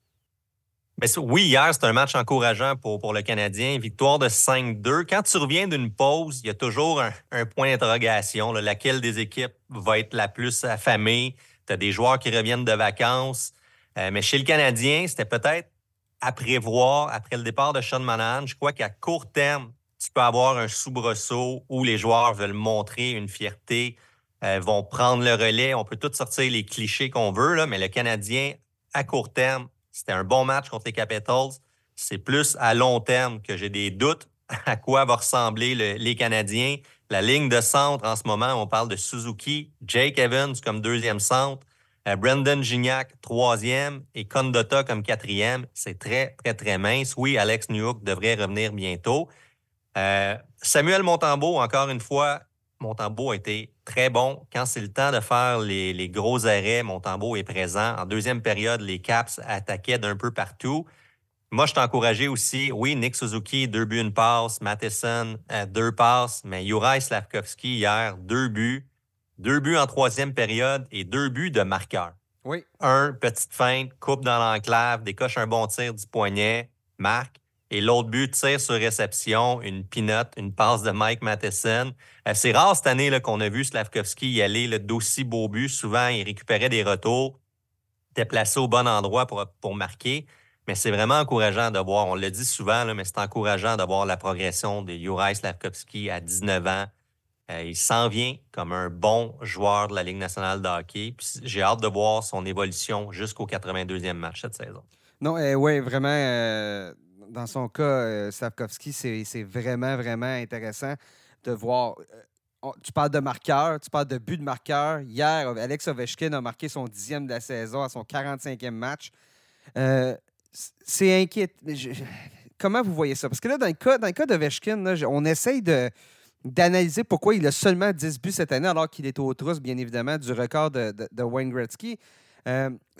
Mais ça, oui, hier, c'est un match encourageant pour, pour le Canadien. Victoire de cinq deux. Quand tu reviens d'une pause, il y a toujours un, un point d'interrogation. Là, laquelle des équipes va être la plus affamée? Tu as des joueurs qui reviennent de vacances. Euh, mais chez le Canadien, c'était peut-être à prévoir après le départ de Sean Monahan. Je crois qu'à court terme, tu peux avoir un soubresaut où les joueurs veulent montrer une fierté, euh, vont prendre le relais. On peut tous sortir les clichés qu'on veut, là, mais le Canadien, à court terme, c'était un bon match contre les Capitals. C'est plus à long terme que j'ai des doutes à quoi va ressembler le, les Canadiens. La ligne de centre, en ce moment, on parle de Suzuki, Jake Evans comme deuxième centre, euh, Brendan Gignac, troisième, et Condotta comme quatrième. C'est très, très, très mince. Oui, Alex Newhook devrait revenir bientôt. Euh, Samuel Montembeault, encore une fois, Montembeault a été très bon. Quand c'est le temps de faire les, les gros arrêts, Montembeault est présent. En deuxième période, les Caps attaquaient d'un peu partout. Moi, je t'ai encouragé aussi. Oui, Nick Suzuki, deux buts, une passe. Matheson, euh, deux passes. Mais Juraj Slafkovský, hier, deux buts. Deux buts en troisième période et deux buts de marqueur. Oui. Un, petite feinte, coupe dans l'enclave, décoche un bon tir du poignet, marque. Et l'autre but, tir sur réception, une pinotte, une passe de Mike Matheson. Euh, c'est rare cette année là, qu'on a vu Slafkovský y aller là, d'aussi beaux buts. Souvent, il récupérait des retours, était placé au bon endroit pour, pour marquer. Mais c'est vraiment encourageant de voir, on le dit souvent, là, mais c'est encourageant de voir la progression de Juraj Slafkovský à dix-neuf ans. Euh, il s'en vient comme un bon joueur de la Ligue nationale de hockey. Puis j'ai hâte de voir son évolution jusqu'au quatre-vingt-deuxième match cette saison. Non, euh, oui, vraiment, euh, dans son cas, euh, Slafkovský, c'est, c'est vraiment, vraiment intéressant de voir. Euh, on, tu parles de marqueur, tu parles de but de marqueur. Hier, Alex Ovechkin a marqué son dixième de la saison à son quarante-cinquième match. Euh, c'est inquiétant. Comment vous voyez ça? Parce que là, dans le cas, dans le cas d'Ovechkin, là, on essaye de, d'analyser pourquoi il a seulement dix buts cette année, alors qu'il est aux trousses, bien évidemment, du record de, de, de Wayne Gretzky. Euh, c'était,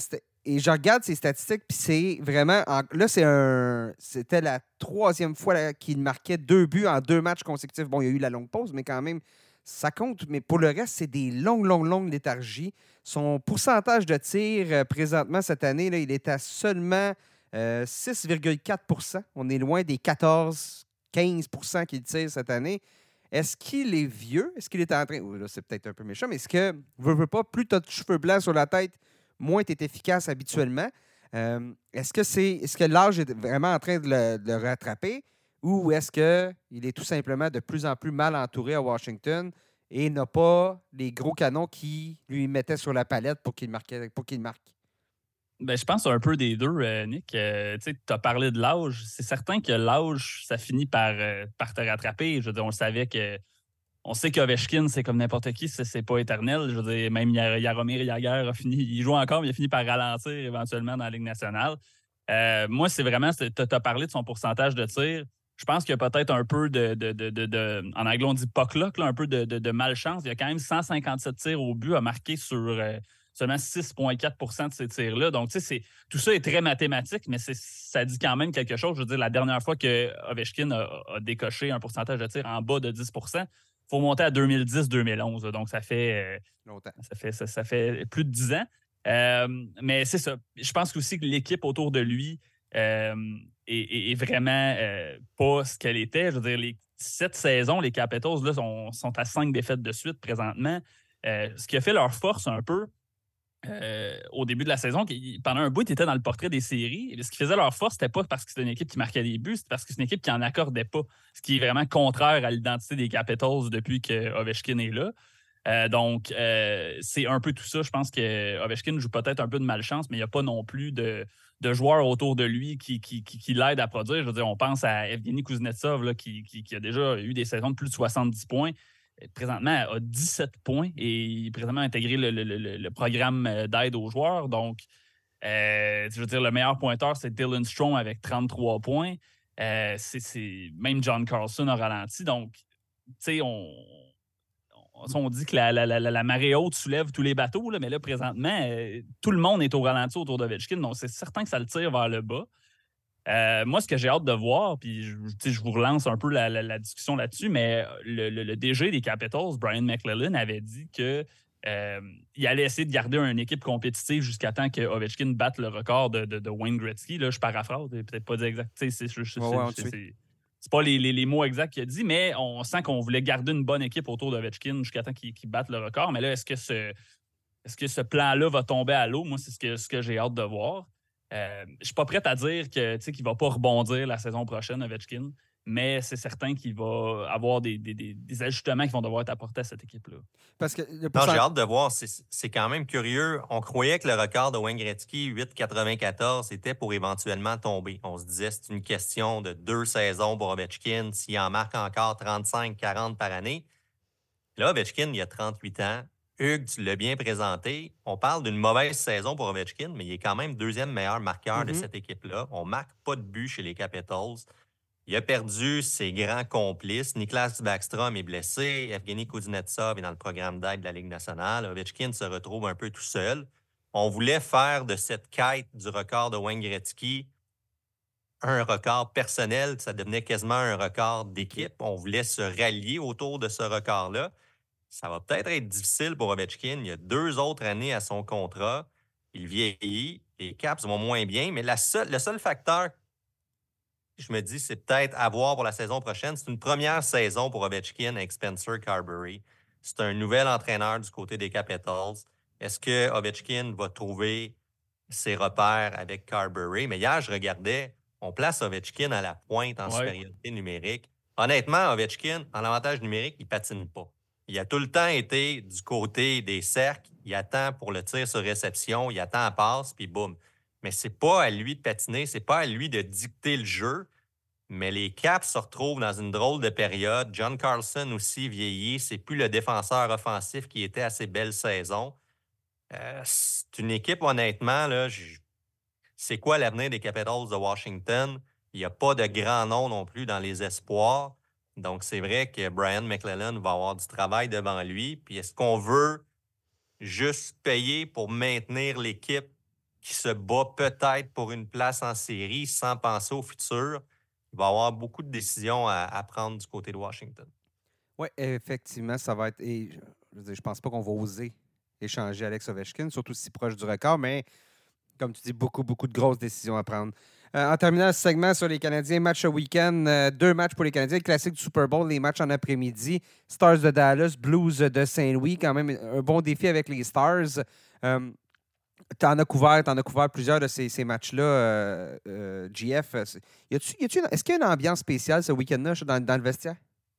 et je regarde ses statistiques, puis c'est vraiment... en- là, c'est un... C'était la troisième fois là, qu'il marquait deux buts en deux matchs consécutifs. Bon, il y a eu la longue pause, mais quand même, ça compte. Mais pour le reste, c'est des longues, longues, longues léthargies. Son pourcentage de tir, euh, présentement, cette année, là, il est à seulement euh, six virgule quatre pour cent. On est loin des quatorze quinze pour cent qu'il tire cette année. Est-ce qu'il est vieux? Est-ce qu'il est en train... oh, là, c'est peut-être un peu méchant, mais est-ce que, veux, veux pas, plus tu as de cheveux blancs sur la tête, moins tu es efficace habituellement? Euh, est-ce que c'est est-ce que l'âge est vraiment en train de le, de le rattraper ou est-ce qu'il est tout simplement de plus en plus mal entouré à Washington et n'a pas les gros canons qui lui mettaient sur la palette pour qu'il marquait, pour qu'il marque? Ben, je pense un peu des deux, euh, Nick. Euh, tu as parlé de l'âge. C'est certain que l'âge, ça finit par, euh, par te rattraper. Je veux dire, on le savait que. On sait qu'Ovechkin, c'est comme n'importe qui, c'est, c'est pas éternel. Je veux dire, même Yar- Jaromir Jagr a fini. Il joue encore, mais il a fini par ralentir éventuellement dans la Ligue nationale. Euh, moi, c'est vraiment. Tu as parlé de son pourcentage de tir. Je pense qu'il y a peut-être un peu de. de, de, de, de- en anglais, on dit puck luck, là, un peu de, de, de malchance. Il y a quand même cent cinquante-sept tirs au but à marquer sur. Euh, seulement six virgule quatre pour cent de ces tirs-là. Donc, tu sais, c'est- tout ça est très mathématique, mais c'est- ça dit quand même quelque chose. Je veux dire, la dernière fois que Ovechkin a, a décoché un pourcentage de tir en bas de dix pour cent, il faut monter à deux mille dix deux mille onze. Donc, ça fait, euh, Longtemps. ça fait, ça, ça fait plus de dix ans. Euh, mais c'est ça. Je pense aussi que l'équipe autour de lui euh, est, est- est vraiment euh, pas ce qu'elle était. Je veux dire, les sept saisons, les Capitals là, sont, sont à cinq défaites de suite présentement. Euh, ce qui a fait leur force un peu, euh, au début de la saison, qui, pendant un bout, ils étaient dans le portrait des séries. Et ce qui faisait leur force, c'était pas parce que c'était une équipe qui marquait des buts, c'était parce que c'est une équipe qui en accordait pas. Ce qui est vraiment contraire à l'identité des Capitals depuis que Ovechkin est là. Euh, donc, euh, c'est un peu tout ça. Je pense que Ovechkin joue peut-être un peu de malchance, mais il n'y a pas non plus de, de joueurs autour de lui qui, qui, qui, qui l'aident à produire. Je veux dire, on pense à Evgeny Kuznetsov là, qui, qui, qui a déjà eu des saisons de plus de soixante-dix points. Présentement, a dix-sept points et il est présentement intégré le, le, le, le programme d'aide aux joueurs. Donc, euh, je veux dire, le meilleur pointeur, c'est Dylan Strome avec trente-trois points. Euh, c'est, c'est... Même John Carlson a ralenti. Donc, tu sais, on... on dit que la, la, la, la marée haute soulève tous les bateaux, là, mais là, présentement, euh, tout le monde est au ralenti autour d'Ovechkin. Donc, c'est certain que ça le tire vers le bas. Euh, moi, ce que j'ai hâte de voir, puis je, je vous relance un peu la, la, la discussion là-dessus, mais le, le, le D G des Capitals, Brian McClellan, avait dit qu'il euh, allait essayer de garder une équipe compétitive jusqu'à temps que Ovechkin batte le record de, de, de Wayne Gretzky. Là, je paraphrase, peut-être pas dire exact. C'est, c'est, c'est, Ouais, ouais, on te c'est, suit. c'est, c'est pas les, les, les mots exacts qu'il a dit, mais on sent qu'on voulait garder une bonne équipe autour d'Ovechkin jusqu'à temps qu'il, qu'il batte le record. Mais là, est-ce que ce, est-ce que ce plan-là va tomber à l'eau? Moi, c'est ce que, ce que j'ai hâte de voir. Euh, je ne suis pas prêt à dire que, qu'il ne va pas rebondir la saison prochaine, Ovechkin, mais c'est certain qu'il va avoir des, des, des, des ajustements qui vont devoir être apportés à cette équipe-là. Parce que le Non, pourcent- j'ai hâte de voir. C'est c'est quand même curieux. On croyait que le record de Wayne Gretzky, huit virgule quatre-vingt-quatorze, était pour éventuellement tomber. On se disait c'est une question de deux saisons pour Ovechkin. S'il en marque encore trente-cinq quarante par année. Là, Ovechkin, il a trente-huit ans. Hugues, tu l'as bien présenté. On parle d'une mauvaise saison pour Ovechkin, mais il est quand même deuxième meilleur marqueur de Mhm. cette équipe-là. On ne marque pas de but chez les Capitals. Il a perdu ses grands complices. Niklas Backstrom est blessé. Evgeny Kuznetsov est dans le programme d'aide de la Ligue nationale. Ovechkin se retrouve un peu tout seul. On voulait faire de cette quête du record de Wayne Gretzky un record personnel. Ça devenait quasiment un record d'équipe. On voulait se rallier autour de ce record-là. Ça va peut-être être difficile pour Ovechkin. Il y a deux autres années à son contrat. Il vieillit. Les Caps vont moins bien. Mais la seule, le seul facteur, je me dis, c'est peut-être à voir pour la saison prochaine. C'est une première saison pour Ovechkin avec Spencer Carberry. C'est un nouvel entraîneur du côté des Capitals. Est-ce que Ovechkin va trouver ses repères avec Carberry? Mais hier, je regardais, on place Ovechkin à la pointe en Ouais. supériorité numérique. Honnêtement, Ovechkin, en avantage numérique, il patine pas. Il a tout le temps été du côté des cercles. Il attend pour le tir sur réception, il attend à passe, puis boum. Mais c'est pas à lui de patiner, c'est pas à lui de dicter le jeu. Mais les Caps se retrouvent dans une drôle de période. John Carlson aussi vieillit. C'est plus le défenseur offensif qui était à ses belles saisons. Euh, c'est une équipe, honnêtement, là, je- c'est quoi l'avenir des Capitals de Washington? Il n'y a pas de grand nom non plus dans les espoirs. Donc, c'est vrai que Brian McClellan va avoir du travail devant lui. Puis, est-ce qu'on veut juste payer pour maintenir l'équipe qui se bat peut-être pour une place en série sans penser au futur. Il va y avoir beaucoup de décisions à, à prendre du côté de Washington. Oui, effectivement, ça va être. Et, je ne pense pas qu'on va oser échanger Alex Ovechkin, surtout si proche du record, mais comme tu dis, beaucoup, beaucoup de grosses décisions à prendre. Euh, en terminant ce segment sur les Canadiens, match au week-end, euh, deux matchs pour les Canadiens, le classique du Super Bowl, les matchs en après-midi, Stars de Dallas, Blues de Saint-Louis, quand même un bon défi avec les Stars. Euh, tu en as couvert, t'en as couvert plusieurs de ces, ces matchs-là, euh, euh, G F. Y a-tu, y a-tu une, est-ce qu'il y a une ambiance spéciale ce week-end-là dans, dans le vestiaire?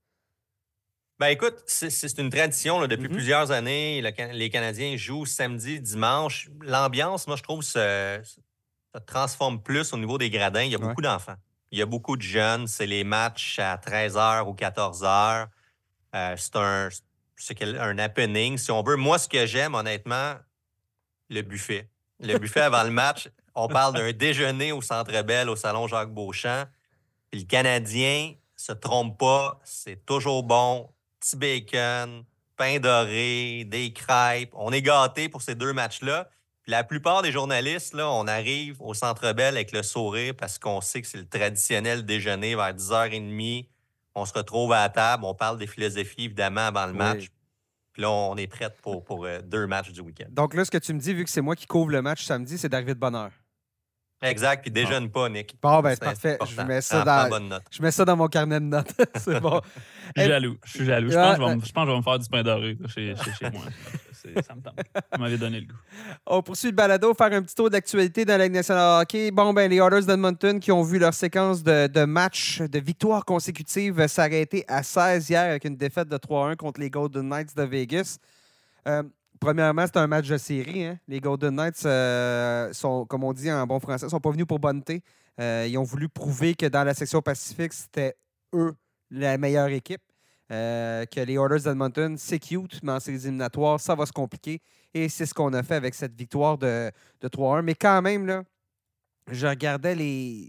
Ben écoute, c'est, c'est une tradition là, depuis Mm-hmm. plusieurs années. Le, les Canadiens jouent samedi, dimanche. L'ambiance, moi, je trouve, se, se transforme plus au niveau des gradins. Il y a Ouais. beaucoup d'enfants. Il y a beaucoup de jeunes. C'est les matchs à treize heures ou quatorze heures. Euh, c'est un, c'est un happening, si on veut. Moi, ce que j'aime, honnêtement, le buffet. Le buffet avant le match, on parle d'un déjeuner au Centre Bell, au Salon Jacques-Beauchamp. Puis le Canadien se trompe pas, c'est toujours bon. Petit bacon, pain doré, des crêpes. On est gâtés pour ces deux matchs-là. Puis la plupart des journalistes, là, on arrive au Centre Bell avec le sourire parce qu'on sait que c'est le traditionnel déjeuner vers dix heures trente. On se retrouve à la table, on parle des philosophies, évidemment, avant le Oui. match. Puis là, on est prêt pour, pour euh, deux matchs du week-end. Donc là, ce que tu me dis, vu que c'est moi qui couvre le match samedi, c'est d'arriver de bonne heure. Exact, puis déjeune pas, Nick. Bon, ben, c'est C'est parfait. important. Je mets, ça Ah, prends dans, bonne note. je mets ça dans mon carnet de notes. C'est bon. Je suis jaloux. Je suis jaloux. Je Ah, pense, que je, vais me, je pense que je vais me faire du pain doré là, chez, chez, chez moi. C'est, ça me tente. Vous m'avez donné le goût. On poursuit le balado, faire un petit tour d'actualité dans la Ligue nationale de hockey. Bon, ben, les Oilers d'Edmonton qui ont vu leur séquence de, de matchs, de victoires consécutives s'arrêter à seize hier avec une défaite de trois un contre les Golden Knights de Vegas. Euh, Premièrement, c'est un match de série. Hein? Les Golden Knights euh, sont, comme on dit en bon français, sont pas venus pour bonneter. Euh, ils ont voulu prouver que dans la section Pacifique, c'était eux la meilleure équipe. Euh, que les Oilers d'Edmonton, c'est cute, mais en séries éliminatoires, ça va se compliquer. Et c'est ce qu'on a fait avec cette victoire de, de trois un. Mais quand même, là, je regardais les...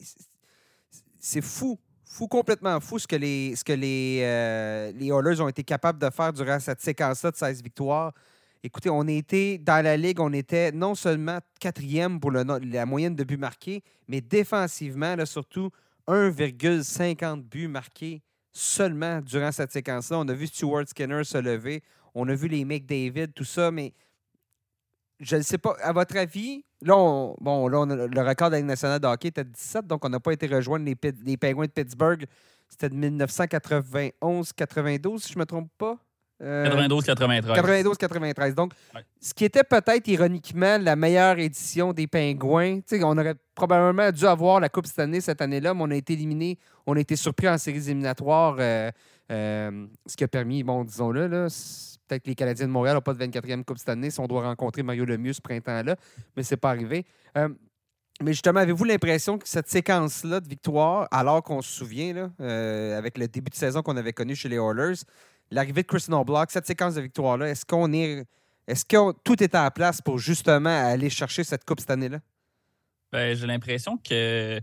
C'est fou. Fou, complètement fou ce que les, ce que les, euh, les Oilers ont été capables de faire durant cette séquence-là de seize victoires. Écoutez, on était dans la Ligue, on était non seulement quatrième pour le, la moyenne de buts marqués, mais défensivement, là, surtout un virgule cinquante buts marqués seulement durant cette séquence-là. On a vu Stuart Skinner se lever, on a vu les McDavid, tout ça, mais je ne sais pas, à votre avis, là, on, bon, là on a, le record de la Ligue nationale de hockey était de dix-sept, donc on n'a pas été rejoindre les, les Penguins de Pittsburgh. C'était de dix-neuf cent quatre-vingt-onze quatre-vingt-douze, si je ne me trompe pas. Euh, quatre-vingt-douze quatre-vingt-treize. quatre-vingt-douze quatre-vingt-treize. Donc, ouais. Ce qui était peut-être ironiquement la meilleure édition des Pingouins. T'sais, on aurait probablement dû avoir la Coupe cette année, cette année-là, mais on a été éliminé. On a été surpris en séries éliminatoires. Euh, euh, ce qui a permis, bon, disons-le, là, peut-être que les Canadiens de Montréal n'ont pas de vingt-quatrième Coupe cette année si on doit rencontrer Mario Lemieux ce printemps-là, mais c'est pas arrivé. Euh, mais justement, avez-vous l'impression que cette séquence-là de victoire, alors qu'on se souvient, là, euh, avec le début de saison qu'on avait connu chez les Oilers, l'arrivée de Chris Knoblauch, cette séquence de victoire-là, est-ce qu'on est. Est-ce que tout est en place pour justement aller chercher cette coupe cette année-là? Ben, j'ai l'impression que.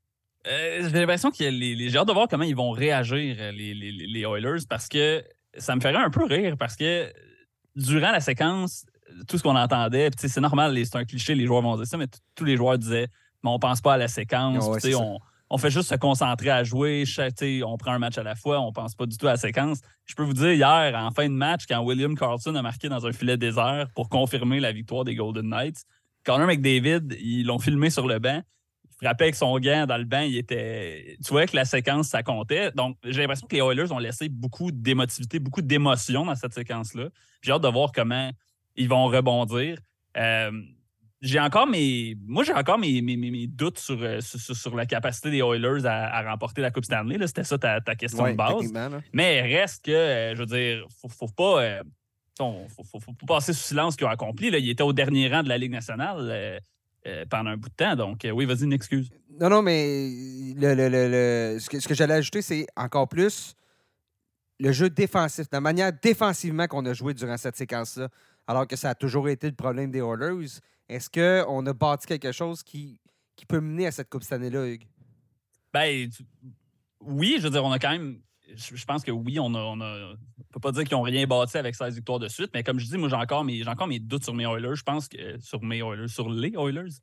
Euh, j'ai l'impression que les, les, j'ai hâte de voir comment ils vont réagir, les, les, les Oilers, parce que ça me ferait un peu rire, parce que durant la séquence, tout ce qu'on entendait, c'est normal, c'est un cliché, les joueurs vont dire ça, mais tous les joueurs disaient mais on pense pas à la séquence, oh, ouais, on, on fait juste se concentrer à jouer, on prend un match à la fois, on pense pas du tout à la séquence. Je peux vous dire, hier, en fin de match, quand William Karlsson a marqué dans un filet désert pour confirmer la victoire des Golden Knights, Connor McDavid, ils l'ont filmé sur le banc, il frappait avec son gant dans le banc, il était... Tu vois que la séquence, ça comptait. Donc, j'ai l'impression que les Oilers ont laissé beaucoup d'émotivité, beaucoup d'émotion dans cette séquence-là. J'ai hâte de voir comment ils vont rebondir. Euh, J'ai encore mes. Moi, j'ai encore mes, mes, mes doutes sur, sur, sur la capacité des Oilers à, à remporter la Coupe Stanley. Là, c'était ça ta, ta question ouais, de base. Mais reste que, euh, je veux dire, faut, faut pas. Euh, faut, faut, faut, faut pas passer sous silence ce qu'ils ont accompli. Là. Ils étaient au dernier rang de la Ligue nationale euh, euh, pendant un bout de temps. Donc, euh, oui, vas-y, une excuse. Non, non, mais le, le, le, le, ce que, ce que j'allais ajouter, c'est encore plus le jeu défensif, la manière défensivement qu'on a joué durant cette séquence-là, alors que ça a toujours été le problème des Oilers. Est-ce qu'on a bâti quelque chose qui, qui peut mener à cette Coupe cette année-là, Hugues? Ben, tu... oui, je veux dire, on a quand même... Je, je pense que oui, on a... On a... On peut pas dire qu'ils n'ont rien bâti avec seize victoires de suite, mais comme je dis, moi, j'ai encore mes, j'ai encore mes doutes sur mes Oilers. Je pense que... Sur mes Oilers, sur les Oilers.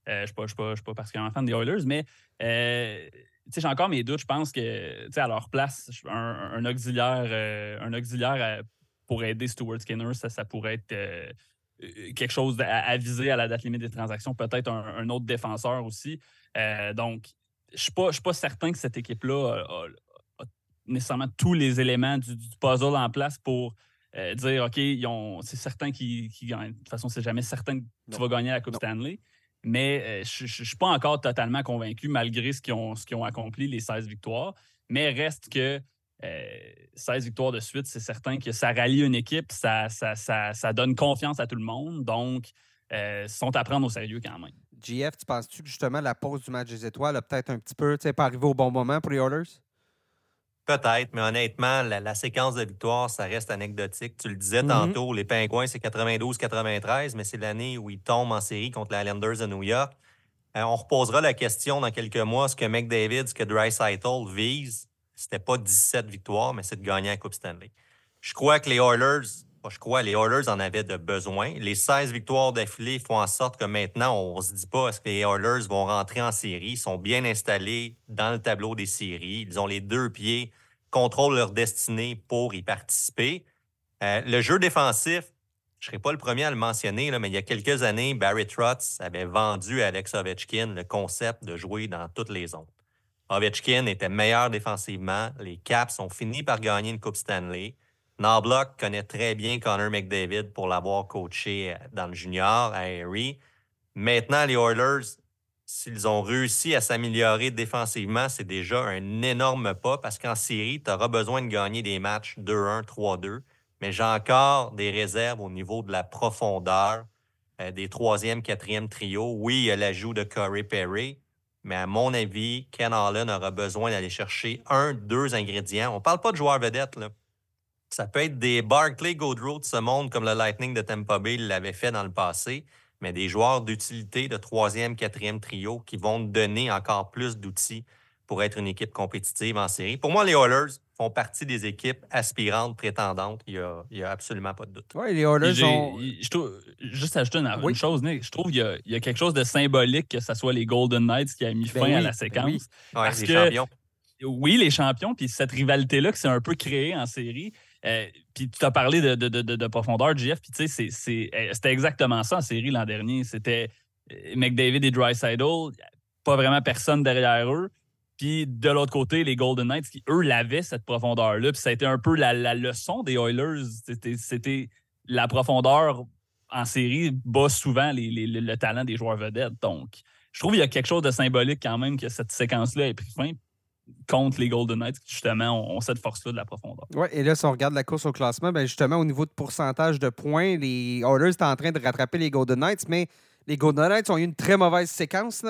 Euh, je ne suis pas, je suis pas, je suis pas particulièrement fan des Oilers, mais euh, tu sais, j'ai encore mes doutes. Je pense que tu sais, à leur place, un, un auxiliaire, euh, un auxiliaire à- pour aider Stuart Skinner, ça, ça pourrait être euh, quelque chose à, à viser à la date limite des transactions. Peut-être un, un autre défenseur aussi. Euh, donc, je ne suis pas, je suis pas certain que cette équipe-là a, a- a nécessairement tous les éléments du, du puzzle en place pour euh, dire OK, ils ont, c'est certain qu'ils, qu'ils gagnent. De toute façon, c'est jamais certain que Non. tu vas gagner la Coupe Non. Stanley. Mais euh, je ne suis pas encore totalement convaincu, malgré ce qu'ils ont, ce qu'ils ont accompli, les seize victoires. Mais reste que euh, seize victoires de suite, c'est certain que ça rallie une équipe, ça, ça, ça, ça donne confiance à tout le monde. Donc, euh, ils sont à prendre au sérieux quand même. G F, tu penses-tu que justement la pause du match des étoiles a peut-être un petit peu, tu sais, pas arrivé au bon moment pour les Oilers? Peut-être, mais honnêtement, la, la séquence de victoires, ça reste anecdotique. Tu le disais Mhm. tantôt, les Pingouins, c'est quatre-vingt-douze quatre-vingt-treize, mais c'est l'année où ils tombent en série contre les Islanders de New York. Euh, on reposera la question dans quelques mois, ce que McDavid, ce que Draisaitl vise, c'était pas dix-sept victoires, mais c'est de gagner la Coupe Stanley. Je crois que les Oilers, pas je crois, les Oilers en avaient de besoin. Les seize victoires d'affilée font en sorte que maintenant, on se dit pas est-ce que les Oilers vont rentrer en série. Ils sont bien installés dans le tableau des séries. Ils ont les deux pieds, contrôlent leur destinée pour y participer. Euh, le jeu défensif, je ne serai pas le premier à le mentionner, là, mais il y a quelques années, Barry Trotz avait vendu à Alex Ovechkin le concept de jouer dans toutes les zones. Ovechkin était meilleur défensivement. Les Caps ont fini par gagner une Coupe Stanley. Knobloch connaît très bien Connor McDavid pour l'avoir coaché dans le junior à Erie. Maintenant, les Oilers, s'ils ont réussi à s'améliorer défensivement, c'est déjà un énorme pas parce qu'en série, tu auras besoin de gagner des matchs deux un, trois deux. Mais j'ai encore des réserves au niveau de la profondeur euh, des troisième, quatrième trio. Oui, il y a l'ajout de Corey Perry, mais à mon avis, Ken Holland aura besoin d'aller chercher un, deux ingrédients. On ne parle pas de joueurs vedettes, là. Ça peut être des Barclay Goodrow de ce monde, comme le Lightning de Tampa Bay l'avait fait dans le passé, mais des joueurs d'utilité de troisième, quatrième trio qui vont donner encore plus d'outils pour être une équipe compétitive en série. Pour moi, les Oilers font partie des équipes aspirantes, prétendantes. Il n'y a, a absolument pas de doute. Oui, les Oilers J'ai, ont... je trouve, juste ajouter une, Oui. une chose, Nick, je trouve qu'il y a, il y a quelque chose de symbolique que ce soit les Golden Knights qui a mis Ben fin oui, à la ben séquence. oui. Ouais, Parce les que, champions. oui, les champions, puis cette rivalité-là qui s'est un peu créée en série. Euh, puis tu as parlé de, de, de, de profondeur, J F, puis tu sais, c'est, c'est, c'était exactement ça en série l'an dernier. C'était McDavid et Draisaitl, pas vraiment personne derrière eux. Puis de l'autre côté, les Golden Knights, qui, eux, l'avaient, cette profondeur-là. Puis ça a été un peu la, la leçon des Oilers. C'était, c'était la profondeur en série bat souvent les, les, le talent des joueurs vedettes. Donc, je trouve qu'il y a quelque chose de symbolique quand même que cette séquence-là ait pris fin contre les Golden Knights qui, justement, ont, ont cette force-là de la profondeur. Oui, et là, si on regarde la course au classement, ben justement, au niveau de pourcentage de points, les Oilers étaient en train de rattraper les Golden Knights, mais les Golden Knights ont eu une très mauvaise séquence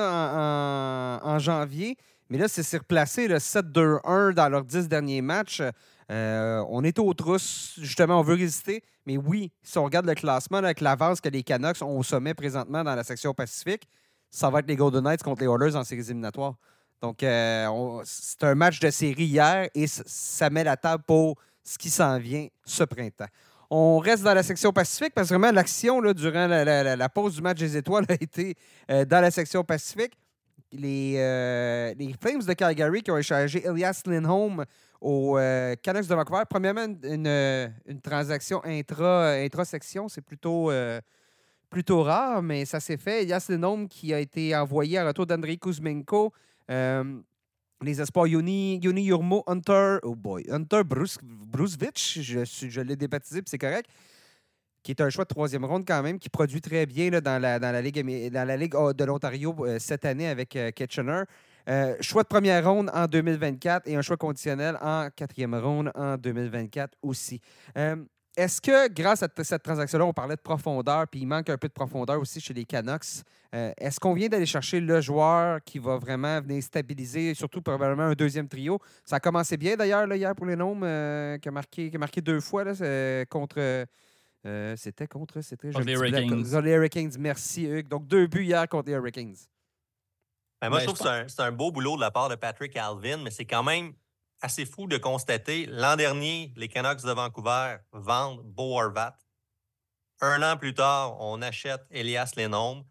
là, en, en, en janvier. Mais là, c'est replacé le sept deux un dans leurs dix derniers matchs. Euh, on est aux trousses. Justement, on veut résister. Mais oui, si on regarde le classement là, avec l'avance que les Canucks ont au sommet présentement dans la section Pacifique, ça va être les Golden Knights contre les Oilers en séries éliminatoires. Donc, euh, on, c'est un match de série hier et ça met la table pour ce qui s'en vient ce printemps. On reste dans la section Pacifique parce que vraiment, l'action là, durant la, la, la pause du match des étoiles a été euh, dans la section Pacifique. Les, euh, les Flames de Calgary qui ont échangé Elias Lindholm aux euh, Canucks de Vancouver. Premièrement, une, une, une transaction intra, intra-section. C'est plutôt, euh, plutôt rare, mais ça s'est fait. Elias Lindholm qui a été envoyé en retour d'Andrei Kuzmenko. Euh, les espoirs Yoni, Yoni Yurmo, Hunter, oh boy, Hunter Bruce, Brucevich, je, je l'ai débaptisé, puis c'est correct, qui est un choix de troisième ronde quand même, qui produit très bien là, dans, la, dans, la Ligue, dans la Ligue de l'Ontario euh, cette année avec euh, Kitchener. Euh, choix de première ronde en deux mille vingt-quatre et un choix conditionnel en quatrième ronde en deux mille vingt-quatre aussi. Euh, Est-ce que, grâce à t- cette transaction-là, on parlait de profondeur, puis il manque un peu de profondeur aussi chez les Canucks, euh, est-ce qu'on vient d'aller chercher le joueur qui va vraiment venir stabiliser, surtout probablement un deuxième trio? Ça a commencé bien d'ailleurs là, hier pour les Gnomes, euh, qui, a marqué, qui a marqué deux fois là, contre... Euh, c'était contre... C'était, contre les Hurricanes. Contre les Hurricanes, merci Hugues. Donc deux buts hier contre les Hurricanes. Ben, moi, Ben, je trouve je que c'est un, c'est un beau boulot de la part de Patrick Alvin, mais c'est quand même assez fou de constater. L'an dernier, les Canucks de Vancouver vendent Bo Horvat. Un an plus tard, on achète Elias Lindholm.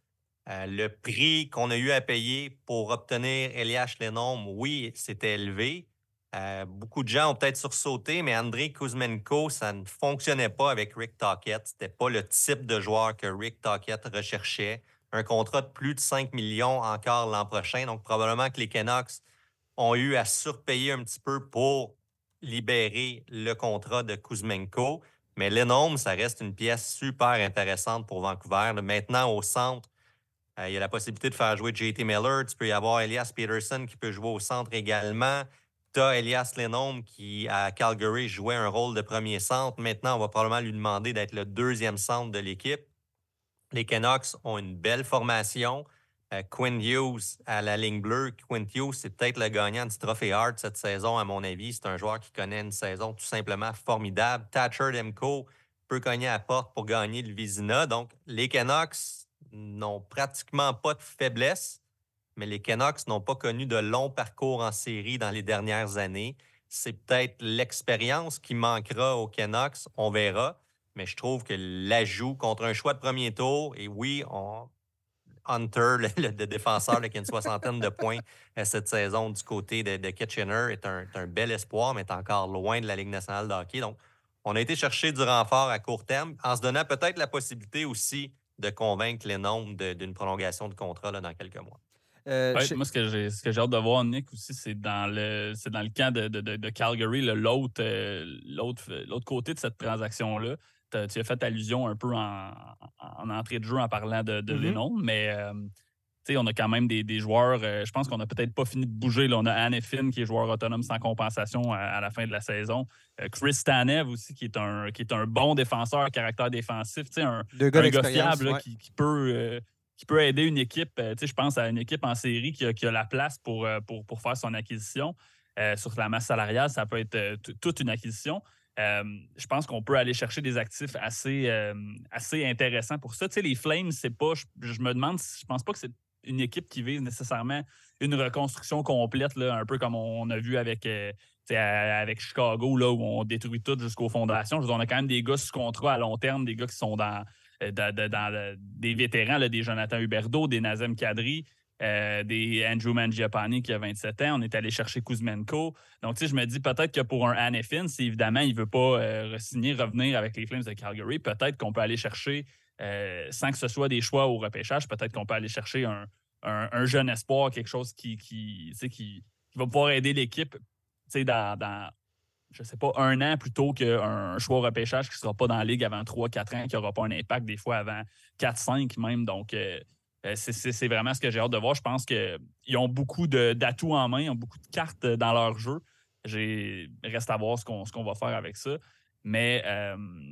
Euh, le prix qu'on a eu à payer pour obtenir Elias Lindholm, oui, c'était élevé. Euh, beaucoup de gens ont peut-être sursauté, mais Andrei Kuzmenko, ça ne fonctionnait pas avec Rick Tocchet. Ce n'était pas le type de joueur que Rick Tocchet recherchait. Un contrat de plus de cinq millions encore l'an prochain. Donc, probablement que les Canucks ont eu à surpayer un petit peu pour libérer le contrat de Kuzmenko. Mais Lindholm, ça reste une pièce super intéressante pour Vancouver. Maintenant, au centre, euh, il y a la possibilité de faire jouer J T Miller. Tu peux y avoir Elias Peterson qui peut jouer au centre également. Tu as Elias Lindholm qui, à Calgary, jouait un rôle de premier centre. Maintenant, on va probablement lui demander d'être le deuxième centre de l'équipe. Les Canucks ont une belle formation. Euh, Quinn Hughes à la ligne bleue. Quinn Hughes, c'est peut-être le gagnant du Trophée Hart cette saison, à mon avis. C'est un joueur qui connaît une saison tout simplement formidable. Thatcher Demko peut cogner à la porte pour gagner le Vizina. Donc, les Canucks n'ont pratiquement pas de faiblesse, mais les Canucks n'ont pas connu de long parcours en série dans les dernières années. C'est peut-être l'expérience qui manquera aux Canucks. On verra. Mais je trouve que l'ajout contre un choix de premier tour, et oui, on... Hunter, le, le défenseur là, qui a une soixantaine de points euh, cette saison du côté de, de Kitchener, est un, est un bel espoir, mais est encore loin de la Ligue nationale de hockey. Donc, on a été chercher du renfort à court terme en se donnant peut-être la possibilité aussi de convaincre les nombres de, d'une prolongation de contrat là, dans quelques mois. Euh, ouais, je... Moi, ce que, j'ai, ce que j'ai hâte de voir, Nick, aussi, c'est dans le, c'est dans le camp de, de, de Calgary, là, l'autre, euh, l'autre, l'autre côté de cette transaction-là. Tu as fait allusion un peu en, en entrée de jeu en parlant de, de mm-hmm. Lindholm, mais euh, on a quand même des, des joueurs. Euh, je pense qu'on n'a peut-être pas fini de bouger. Là. On a Hanifin qui est joueur autonome sans compensation à, à la fin de la saison. Euh, Chris Tanev aussi, qui est un, qui est un bon défenseur, caractère défensif. Un, un gars fiable ouais. là, qui, qui, peut, euh, qui peut aider une équipe. Euh, je pense à une équipe en série qui a, qui a la place pour, pour, pour faire son acquisition. Euh, sur la masse salariale, ça peut être euh, t- toute une acquisition. Euh, je pense qu'on peut aller chercher des actifs assez, euh, assez intéressants pour ça. Tu sais, les Flames, c'est pas. Je, je me demande, je pense pas que c'est une équipe qui vise nécessairement une reconstruction complète, là, un peu comme on a vu avec, euh, avec Chicago, là, où on détruit tout jusqu'aux fondations. Je veux dire, on a quand même des gars sous contrat à long terme, des gars qui sont dans, dans, dans, dans des vétérans, là, des Jonathan Huberdeau, des Nazem Kadri. Euh, des Andrew Mangiapane qui a vingt-sept ans. On est allé chercher Kuzmenko. Donc, tu sais, je me dis peut-être que pour un Hanifin, si évidemment il ne veut pas euh, re-signer, revenir avec les Flames de Calgary, peut-être qu'on peut aller chercher, euh, sans que ce soit des choix au repêchage, peut-être qu'on peut aller chercher un, un, un jeune espoir, quelque chose qui, qui, qui, qui va pouvoir aider l'équipe dans, dans, je ne sais pas, un an plutôt qu'un choix au repêchage qui ne sera pas dans la ligue avant trois quatre ans, qui n'aura pas un impact des fois avant quatre cinq même. Donc, euh, C'est, c'est, c'est vraiment ce que j'ai hâte de voir. Je pense qu'ils ont beaucoup de, d'atouts en main, ils ont beaucoup de cartes dans leur jeu. J'ai, reste à voir ce qu'on, ce qu'on va faire avec ça. Mais euh,